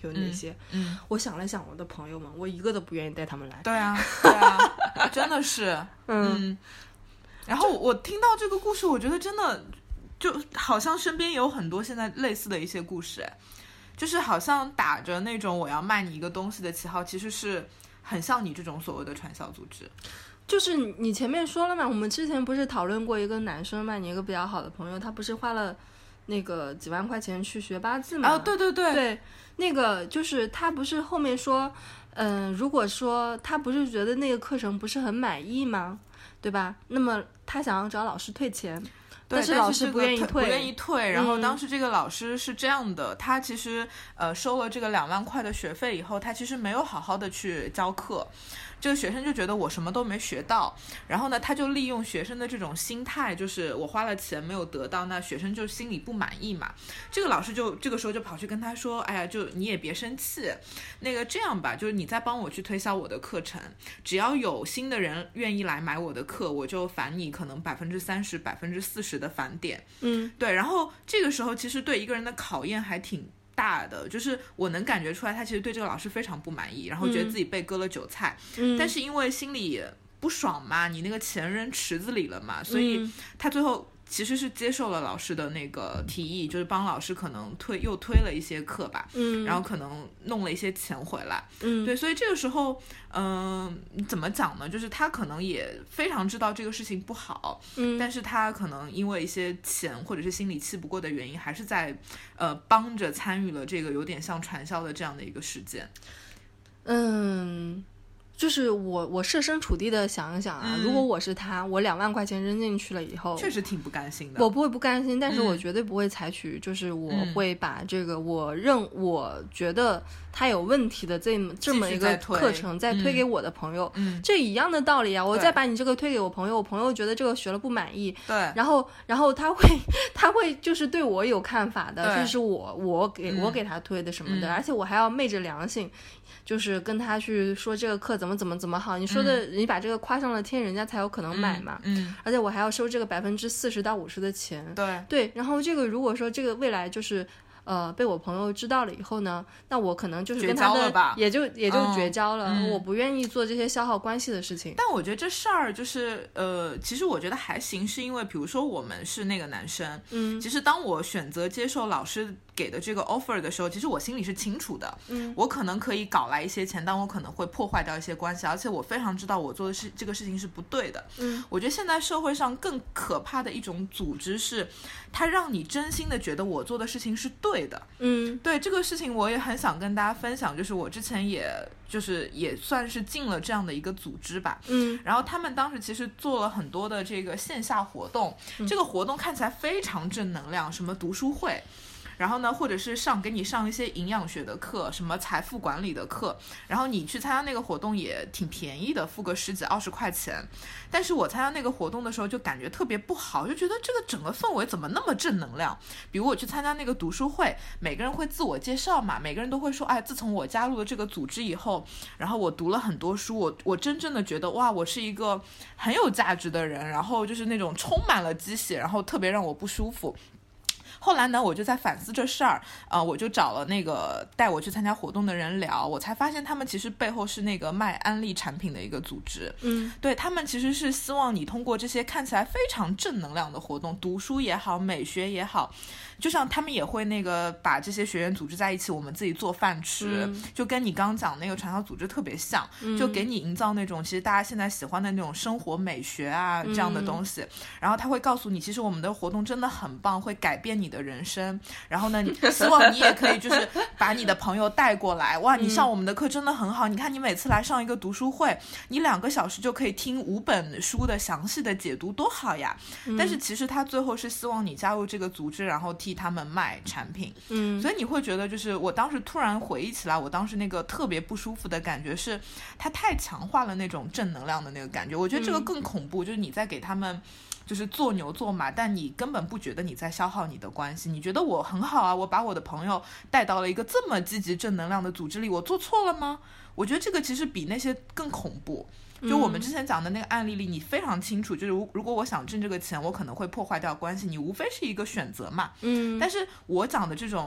有哪些？ 嗯，嗯我想了想，我的朋友们，我一个都不愿意带他们来。 对啊，对啊，真的是， 嗯。 嗯然后我听到这个故事，我觉得真的就好像身边有很多现在类似的一些故事，就是好像打着那种我要卖你一个东西的旗号，其实是很像你这种所谓的传销组织。 就是你前面说了嘛，我们之前不是讨论过一个男生嘛，你一个比较好的朋友，他不是花了那个几万块钱去学八字嘛？ 哦，对对对对，那个就是他不是后面说，嗯、呃，如果说他不是觉得那个课程不是很满意吗？对吧？那么他想要找老师退钱。 对， 但是老师不愿意退， 不愿意退。然后当时这个老师是这样的，嗯、他其实呃收了这个两万块的学费以后，他其实没有好好的去教课。这个学生就觉得我什么都没学到，然后呢，他就利用学生的这种心态，就是我花了钱没有得到，那学生就心里不满意嘛。这个老师就这个时候就跑去跟他说：“哎呀，就你也别生气，那个这样吧，就是你再帮我去推销我的课程，只要有新的人愿意来买我的课，我就返你可能百分之三十、百分之四十的返点。” 嗯， 对。然后这个时候其实对一个人的考验还挺大的，就是我能感觉出来他其实对这个老师非常不满意，然后觉得自己被割了韭菜、嗯、但是因为心里不爽嘛，你那个钱扔池子里了嘛，所以他最后其实是接受了老师的那个提议，就是帮老师可能推又推了一些课吧， 嗯， 然后可能弄了一些钱回来， 嗯， 对，所以这个时候嗯、呃，怎么讲呢，就是他可能也非常知道这个事情不好， 嗯， 但是他可能因为一些钱或者是心里气不过的原因，还是在呃帮着参与了这个有点像传销的这样的一个事件。 嗯，就是我我设身处地的想一想啊、嗯，如果我是他，我两万块钱扔进去了以后， 确实挺不甘心的。 我不会不甘心，但是我绝对不会采取，嗯、就是我会把这个我认我觉得他有问题的这么这么一个课程再推给我的朋友， 嗯， 这一样的道理啊。我再把你这个推给我朋友，我朋友觉得这个学了不满意， 对， 然后然后他会他会就是对我有看法的，这是我我给、嗯、我给他推的什么的、嗯，而且我还要昧着良心。就是跟他去说这个课怎么怎么怎么好，你说的、嗯、你把这个夸上了天，人家才有可能买嘛。 嗯，嗯而且我还要收这个百分之四十到五十的钱。 对对，然后这个如果说这个未来就是呃被我朋友知道了以后呢，那我可能就是跟他的也就也就绝交了、嗯、我不愿意做这些消耗关系的事情。 但我觉得这事儿就是呃其实我觉得还行，是因为比如说我们是那个男生， 嗯， 其实当我选择接受老师给的这个 offer 的时候，其实我心里是清楚的， 嗯， 我可能可以搞来一些钱，但我可能会破坏掉一些关系，而且我非常知道我做的是这个事情是不对的。 嗯， 我觉得现在社会上更可怕的一种组织是，它让你真心的觉得我做的事情是对的。 嗯， 对，这个事情我也很想跟大家分享，就是我之前也就是也算是进了这样的一个组织吧， 嗯， 然后他们当时其实做了很多的这个线下活动， 嗯、 这个活动看起来非常正能量，什么读书会。然后呢，或者是上给你上一些营养学的课，什么财富管理的课，然后你去参加那个活动也挺便宜的，付个十几二十块钱。但是我参加那个活动的时候就感觉特别不好，就觉得这个整个氛围怎么那么正能量。比如我去参加那个读书会，每个人会自我介绍嘛，每个人都会说，哎，自从我加入了这个组织以后，然后我读了很多书，我我真正的觉得哇，我是一个很有价值的人，然后就是那种充满了鸡血，然后特别让我不舒服。后来呢，我就在反思这事儿，呃，我就找了那个带我去参加活动的人聊，我才发现他们其实背后是那个卖安利产品的一个组织。 嗯， 对，他们其实是希望你通过这些看起来非常正能量的活动，读书也好，美学也好，就像他们也会那个把这些学员组织在一起，我们自己做饭吃， 嗯、 就跟你刚讲那个传销组织特别像， 嗯、 就给你营造那种其实大家现在喜欢的那种生活美学啊、嗯、这样的东西，然后他会告诉你，其实我们的活动真的很棒，会改变你的人生。然后呢，希望你也可以就是把你的朋友带过来。哇，你上我们的课真的很好，你看你每次来上一个读书会，你两个小时就可以听五本书的详细的解读，多好呀。 嗯、 但是其实他最后是希望你加入这个组织，然后替他们卖产品。 嗯， 所以你会觉得就是我当时突然回忆起来，我当时那个特别不舒服的感觉是他太强化了那种正能量的那个感觉。我觉得这个更恐怖，嗯、就是你在给他们就是做牛做马，但你根本不觉得你在消耗你的关系，你觉得我很好啊，我把我的朋友带到了一个这么积极正能量的组织里，我做错了吗？我觉得这个其实比那些更恐怖。就我们之前讲的那个案例里，你非常清楚，就是如果我想挣这个钱，我可能会破坏掉关系，你无非是一个选择嘛。 嗯， 但是我讲的这种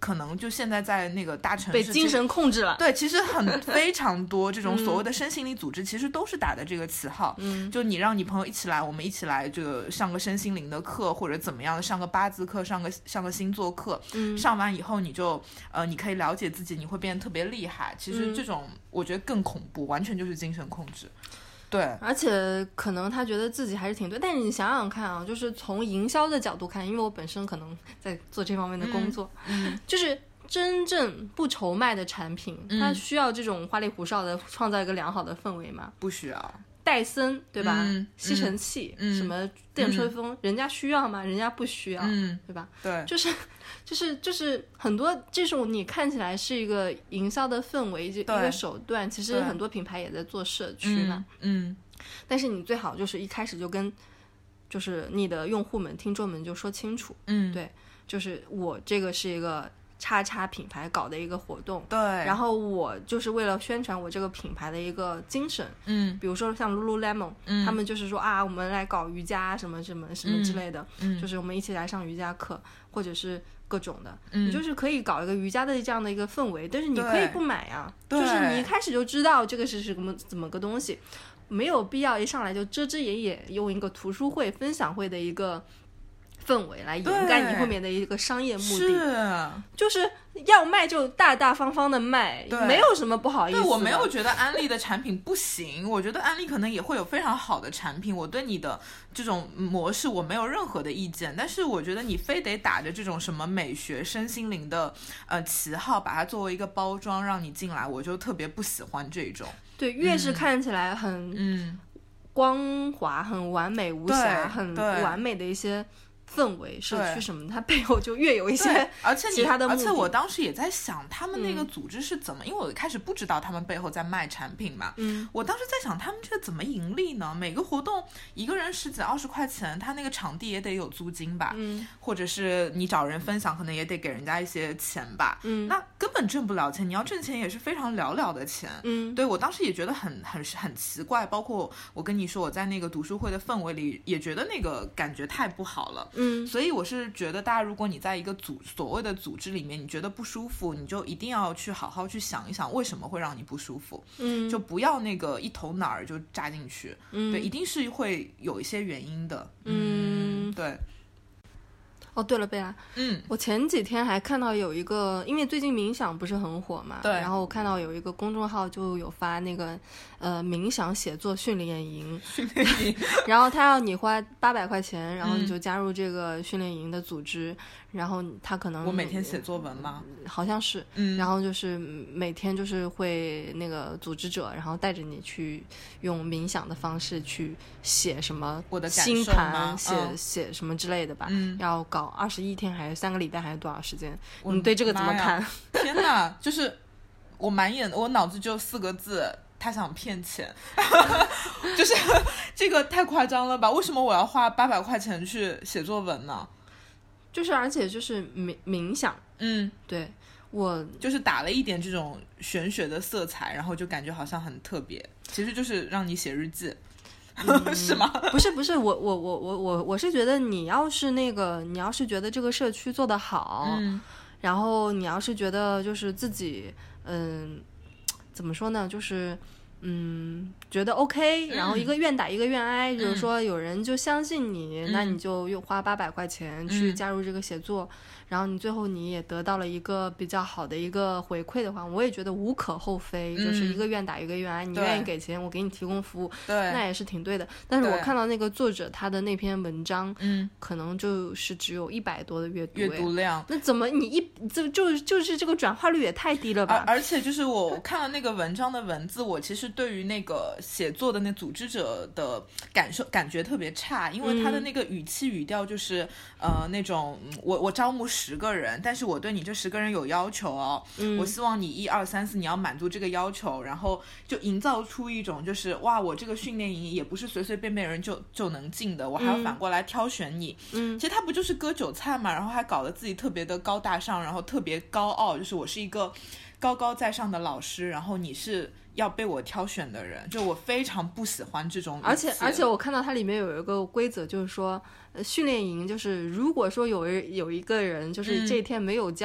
可能就现在在那个大城市被精神控制了。 对，其实很非常多这种所谓的身心灵组织，其实都是打的这个旗号。嗯，就你让你朋友一起来，我们一起来这个上个身心灵的课，或者怎么样的，上个八字课，上个上个星座课。嗯，上完以后你就呃，你可以了解自己，你会变得特别厉害。其实这种、嗯、我觉得更恐怖，完全就是精神控制。对， 而且可能他觉得自己还是挺对，但是你想想看啊，就是从营销的角度看，因为我本身可能在做这方面的工作，嗯，就是真正不愁卖的产品，嗯、它需要这种花里胡哨的创造一个良好的氛围吗？ 不需要。 戴森对吧？嗯、吸尘器、嗯、什么电吹风、嗯，人家需要吗？人家不需要，嗯，对吧？ 对， 就是就是就是很多这种你看起来是一个营销的氛围，一个手段，其实很多品牌也在做社区嘛， 嗯，嗯， 但是你最好就是一开始就跟就是你的用户们、听众们就说清楚，嗯，对，就是我这个是一个叉叉品牌搞的一个活动， 对， 然后我就是为了宣传我这个品牌的一个精神，嗯，比如说像 Lululemon，嗯，他们就是说啊，我们来搞瑜伽什么什么什么之类的，嗯，就是我们一起来上瑜伽课，或者是各种的，嗯，你就是可以搞一个瑜伽的这样的一个氛围，但是你可以不买啊，就是你一开始就知道这个是什么怎么个东西，没有必要一上来就遮遮掩掩用一个读书会分享会的一个氛围来掩盖你后面的一个商业目的， 是就是要卖就大大方方的卖，没有什么不好意思的。 对，我没有觉得安利的产品不行，我觉得安利可能也会有非常好的产品，我对你的这种模式我没有任何的意见，但是我觉得你非得打着这种什么美学身心灵的呃旗号把它作为一个包装让你进来，我就特别不喜欢这种。 对，越是看起来很嗯光滑、很完美无瑕、很完美的一些氛围社区什么的，它背后就越有一些其他的目的。 而且我当时也在想他们那个组织是怎么、嗯、因为我一开始不知道他们背后在卖产品嘛，嗯，我当时在想他们这个怎么盈利呢？每个活动一个人十几二十块钱，他那个场地也得有租金吧，嗯，或者是你找人分享可能也得给人家一些钱吧，嗯，那根本挣不了钱，你要挣钱也是非常寥寥的钱，嗯，对，我当时也觉得很很很奇怪，包括我跟你说我在那个读书会的氛围里也觉得那个感觉太不好了，嗯，所以我是觉得大家如果你在一个组所谓的组织里面你觉得不舒服，你就一定要去好好去想一想为什么会让你不舒服，嗯，就不要那个一头脑儿就扎进去，嗯，对，一定是会有一些原因的，嗯，嗯对。 哦，对了，贝拉，嗯，我前几天还看到有一个，因为最近冥想不是很火嘛， 对， 然后我看到有一个公众号就有发那个呃冥想写作训练营， 训练营， 然后他要你花八百块钱，然后你就加入这个训练营的组织，嗯、然后他可能我每天写作文吗？ 好像是，嗯，然后就是每天就是会那个组织者，然后带着你去用冥想的方式去写什么我的星盘，写、 嗯、 写什么之类的吧，嗯，要搞二十一天还是三个礼拜还是多少时间？你对这个怎么看？ 天哪，就是我满眼我脑子只有四个字，他想骗钱，就是这个太夸张了吧？为什么我要花八百块钱去写作文呢？ 就是而且就是冥冥想，嗯，对，我就是打了一点这种玄学的色彩，然后就感觉好像很特别，其实就是让你写日记。嗯、是吗？ 不是不是，我我我我我我是觉得你要是那个，你要是觉得这个社区做得好，嗯，然后你要是觉得就是自己，嗯，怎么说呢，就是嗯觉得 OK， 然后一个愿打一个愿挨，嗯、就是说有人就相信你，嗯、那你就又花八百块钱去加入这个写作。嗯，然后你最后你也得到了一个比较好的一个回馈的话，我也觉得无可厚非，嗯、就是一个愿打一个愿挨，你愿意给钱我给你提供服务，对，那也是挺对的。但是我看到那个作者他的那篇文章，嗯，可能就是只有一百多的阅读阅读量， 那怎么你一就就就是这个转化率也太低了吧？ 而, 而且就是我看了那个文章的文字，我其实对于那个写作的那组织者的感受感觉特别差，因为他的那个语气语调就是、嗯、呃那种我我招募十个人，但是我对你这十个人有要求哦，嗯、我希望你一二三四你要满足这个要求，然后就营造出一种就是哇，我这个训练营也不是随随便便人就就能进的，我还要反过来挑选你。嗯，其实他不就是割韭菜嘛，然后还搞得自己特别的高大上，然后特别高傲，就是我是一个高高在上的老师，然后你是要被我挑选的人，就我非常不喜欢这种。 而且而且我看到它里面有一个规则，就是说呃，训练营就是如果说有有一个人就是这一天没有交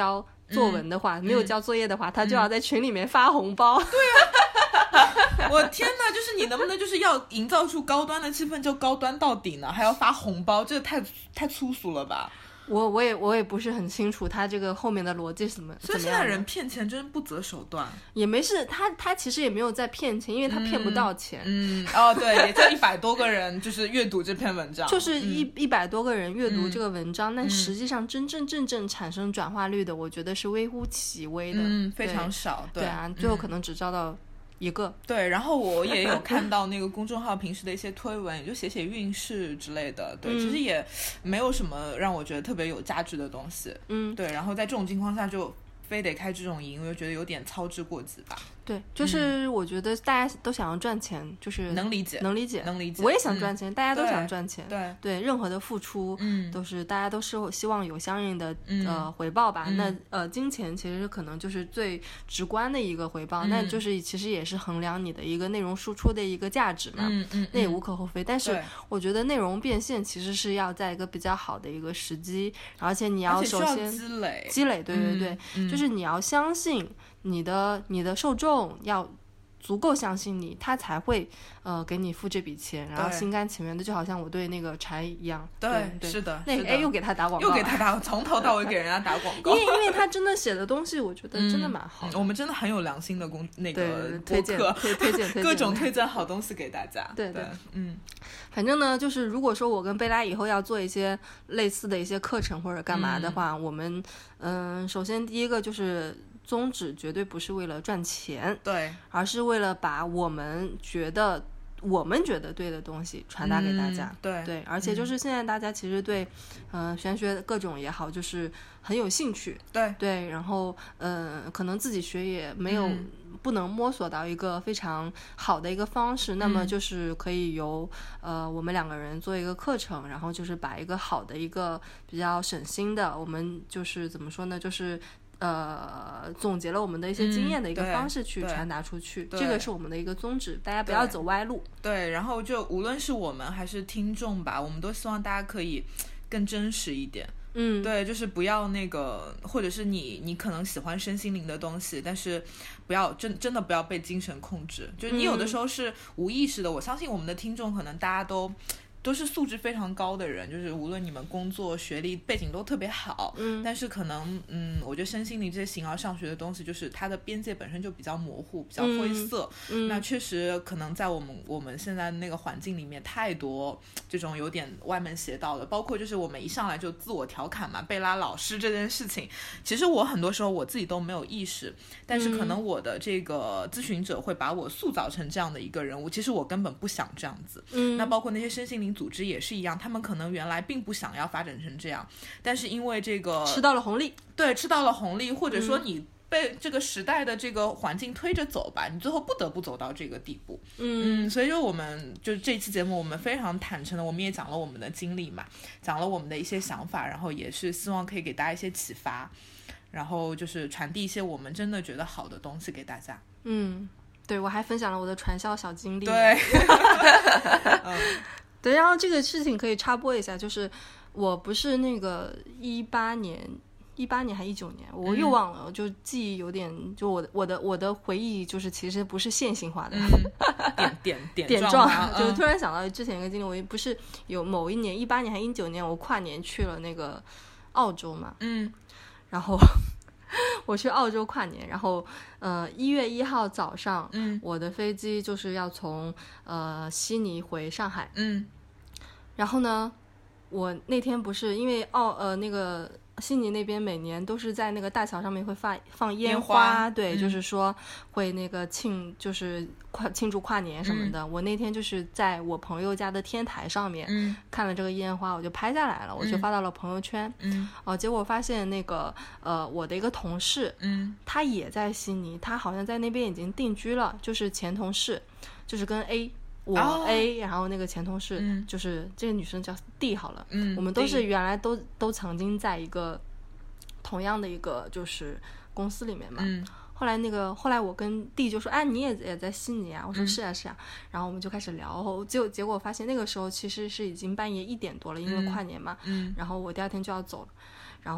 作文的话、 嗯、 没有交作业的话、嗯、他就要在群里面发红包。 对啊，我天哪，就是你能不能就是要营造出高端的气氛就高端到底呢，还要发红包，这太太粗俗了吧。 我我也我也不是很清楚他这个后面的逻辑是怎么所以现在人骗钱真不择手段。 也没事，他他其实也没有在骗钱，因为他骗不到钱。 嗯, 嗯哦对，也就一百多个人就是阅读这篇文章， 就是一一百多个人阅读这个文章， 嗯、 但实际上真正真正产生转化率的，我觉得是微乎其微的， 嗯，非常少。对, 对啊，最后可能只招到一个、 嗯、对，然后我也有看到那个公众号平时的一些推文，也就写写运势之类的，对、嗯、其实也没有什么让我觉得特别有价值的东西。 嗯， 对，然后在这种情况下就非得开这种营，我就觉得有点操之过急吧。 对，就是我觉得大家都想要赚钱，嗯、就是能理解， 能理解， 能理解。 我也想赚钱， 嗯、 大家都想赚钱。 对对，任何的付出， 嗯， 都是大家都是希望有相应的、 嗯、 呃回报吧。 嗯、 那呃，金钱其实可能就是最直观的一个回报， 嗯、 那就是其实也是衡量你的一个内容输出的一个价值嘛。 嗯嗯， 那也无可厚非。但是我觉得内容变现其实是要在一个比较好的一个时机，而且你要首先积累， 积累，对对对， 嗯、 就是你要相信你的你的受众要足够相信你，他才会呃给你付这笔钱，然后心甘情愿的，就好像我对那个柴一样。 对， 对对是的， 那哎又给他打广告， 又给他打，从头到尾给人家打广告。 因为因为他真的写的东西，我觉得真的蛮好的、 嗯嗯。我们真的很有良心的公那个推荐推推荐推荐各种推荐好东西给大家。 对 对, 对，嗯， 反正呢，就是如果说我跟贝拉以后要做一些类似的一些课程或者干嘛的话，嗯、我们嗯、呃，首先第一个就是宗旨绝对不是为了赚钱， 对， 而是为了把我们觉得我们觉得对的东西传达给大家。 嗯、对对，而且就是现在大家其实对嗯、呃、玄学各种也好，就是很有兴趣。 对对，然后嗯、呃、可能自己学也没有、嗯、不能摸索到一个非常好的一个方式，那么就是可以由呃我们两个人做一个课程，然后就是把一个好的一个比较省心的，我们就是怎么说呢，就是呃，总结了我们的一些经验的一个方式去传达出去、嗯、这个是我们的一个宗旨，大家不要走歪路。 对, 对，然后就无论是我们还是听众吧，我们都希望大家可以更真实一点。 嗯， 对，就是不要那个，或者是你你可能喜欢身心灵的东西，但是不要真真的不要被精神控制，就是你有的时候是无意识的、嗯、我相信我们的听众可能大家都都是素质非常高的人，就是无论你们工作学历背景都特别好， 嗯， 但是可能嗯，我觉得身心灵这些形而上学的东西，就是它的边界本身就比较模糊，比较灰色， 嗯， 那确实可能在我们我们现在那个环境里面，太多这种有点歪门邪道的，包括就是我们一上来就自我调侃嘛，贝拉老师这件事情，其实我很多时候我自己都没有意识，但是可能我的这个咨询者会把我塑造成这样的一个人物，其实我根本不想这样子， 嗯， 那包括那些身心灵组织也是一样，他们可能原来并不想要发展成这样，但是因为这个吃到了红利， 对，吃到了红利，或者说你被这个时代的这个环境推着走吧，你最后不得不走到这个地步。 嗯嗯，所以就我们就这期节目我们非常坦诚的，我们也讲了我们的经历嘛，讲了我们的一些想法，然后也是希望可以给大家一些启发，然后就是传递一些我们真的觉得好的东西给大家。 嗯，对，我还分享了我的传销小经历。 对嗯对，然后这个事情可以插播一下，就是我不是那个一八年一八年还一九年，我又忘了，嗯、就记忆有点，就我的我的我的回忆就是其实不是线性化的， 嗯、点点点点状， 就突然想到之前一个经历，我不是有某一年一八年还一九年，我跨年去了那个澳洲嘛， 嗯， 然后。我去澳洲跨年，然后呃一月一号早上， 嗯， 我的飞机就是要从呃悉尼回上海， 嗯， 然后呢，我那天不是因为澳呃那个悉尼那边每年都是在那个大桥上面会放放烟花， 烟花对、 嗯， 就是说会那个庆就是跨庆祝跨年什么的、嗯。我那天就是在我朋友家的天台上面、 嗯、 看了这个烟花，我就拍下来了，我就发到了朋友圈。 嗯， 哦、呃，结果发现那个呃我的一个同事， 嗯， 他也在悉尼，他好像在那边已经定居了，就是前同事，就是跟 A。我 A、哦、然后那个前同事、嗯、就是这个女生叫 D 好了， 嗯， 我们都是原来都都曾经在一个同样的一个就是公司里面嘛， 嗯， 后来那个后来我跟 D 就说，哎，你也也在悉尼啊？我说是啊是啊、嗯，然后我们就开始聊，结果结果发现那个时候其实是已经半夜一点多了，因为跨年嘛， 嗯， 然后我第二天就要走了，然后。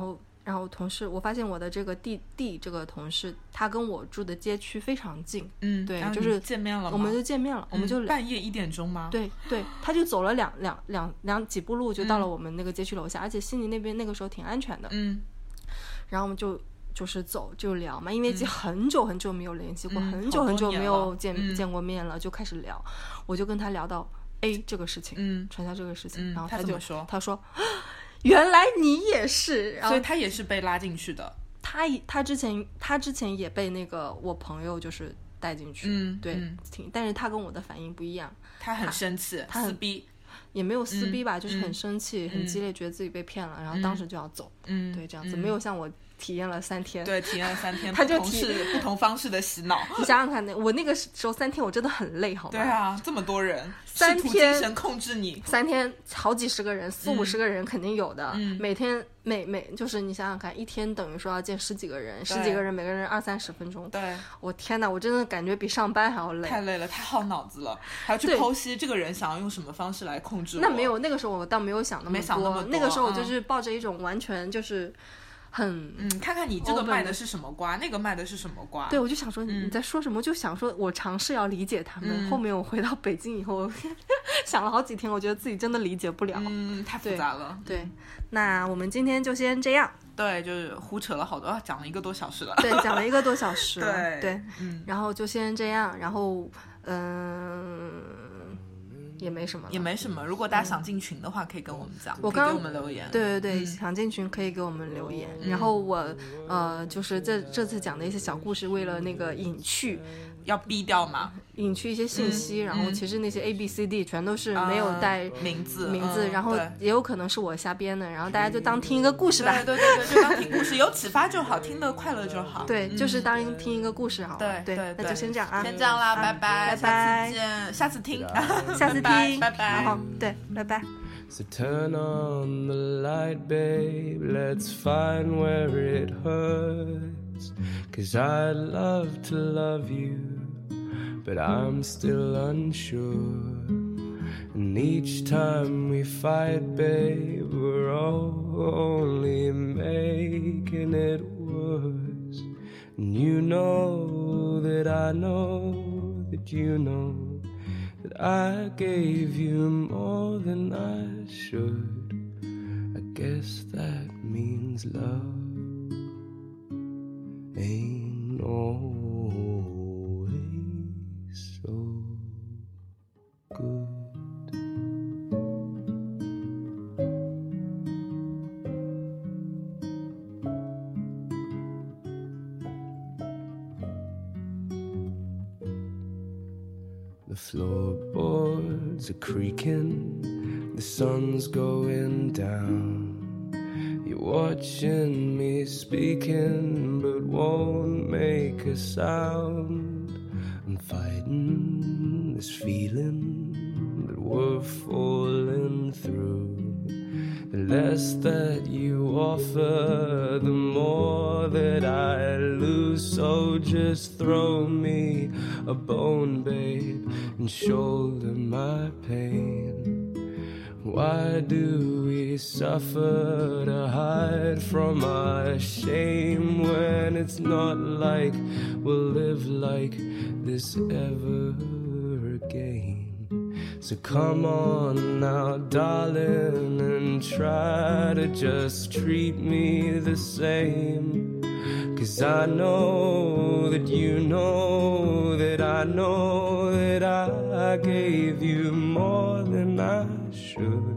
然后同事，我发现我的这个弟弟这个同事，他跟我住的街区非常近， 嗯， 对，就是见面了吗？ 我们就见面了，我们就、 嗯、半夜一点钟吗？ 对对，他就走了两两两两几步路就到了我们那个街区楼下，嗯、而且悉尼那边那个时候挺安全的， 嗯， 然后我们就就是走就聊嘛，因为已经很久很久没有联系过， 嗯、 很久很久没有见、 嗯、 见过面了，就开始聊，我就跟他聊到 A 这个事情， 嗯， 传销这个事情， 嗯、 然后他就他说他说原来你也是，然后所以他也是被拉进去的。 他他之前他之前也被那个我朋友就是带进去， 嗯， 对， 嗯、 挺，但是他跟我的反应不一样， 他很生气， 他撕逼， 也没有撕逼吧， 嗯、 就是很生气、 嗯、 很激烈，觉得自己被骗了，然后当时就要走， 嗯， 对，这样子、 嗯、 没有像我体验了三天， 对，体验了三天， 他就不同是不同方式的洗脑。 你想想看，那我那个时候三天我真的很累，好吗？ 对啊，这么多人， 三天试图精神控制你， 三天好几十个人，四五十个人肯定有的， 嗯、 每天每每就是你想想看，一天等于说要见十几个人，十几个人每个人二三十分钟， 对， 我天哪，我真的感觉比上班还要累， 太累了，太耗脑子了，还要去剖析这个人想要用什么方式来控制我。 那没有，那个时候我倒没有想那么多， 没想那么多， 那个时候我就是抱着一种完全就是很嗯，看看你这个卖的是什么瓜，那个卖的是什么瓜。 对，我就想说你在说什么，嗯、就想说我尝试要理解他们。 嗯、 后面我回到北京以后，想了好几天，我觉得自己真的理解不了， 嗯，太复杂了。 对，对那我们今天就先这样。 对，就是胡扯了好多，讲了一个多小时了。 对，讲了一个多小时了。 对对， 嗯， 然后就先这样，然后嗯。也没什么了， 也没什么。如果大家想进群的话，可以跟我们讲， 我刚可以给我们留言。 对对对， 嗯、 想进群可以给我们留言。嗯、然后我呃，就是这这次讲的一些小故事，为了那个隐去， 要逼掉嘛， 隐去一些信息。嗯、然后其实那些 A B C D 全都是没有带名字， 名字， 嗯、 然后也有可能是我瞎编的，然后大家就当听一个故事吧。 对对对对，就当听故事，有启发就好，听得快乐就好。 对，嗯、就是当听一个故事好。 对对对， 那就先这样啊， 先这样啦，拜拜， 拜拜， 下次见，下次听， 下次听， 拜拜。 好，对，拜拜。 So turn on the light, babe, let's find where it hurts. Cause I'd love to love you, but I'm still unsure. And each time we fight, babe, we're only making it worse. And you know that I know that you know that I gave you more than I should. I guess that means love ain't always so good. The floorboards are creaking, the sun's going down. You're watching me speaking, but won't make a sound. I'm fighting this feeling that we're falling through. The less that you offer, the more that I lose. So just throw me a bone, babe, and shoulder my pain. Why do we suffer to hide from our shame when it's not like we'll live like this ever again? So come on now, darling, and try to just treat me the same. Cause I know that you know that I know that I gave you more than I should.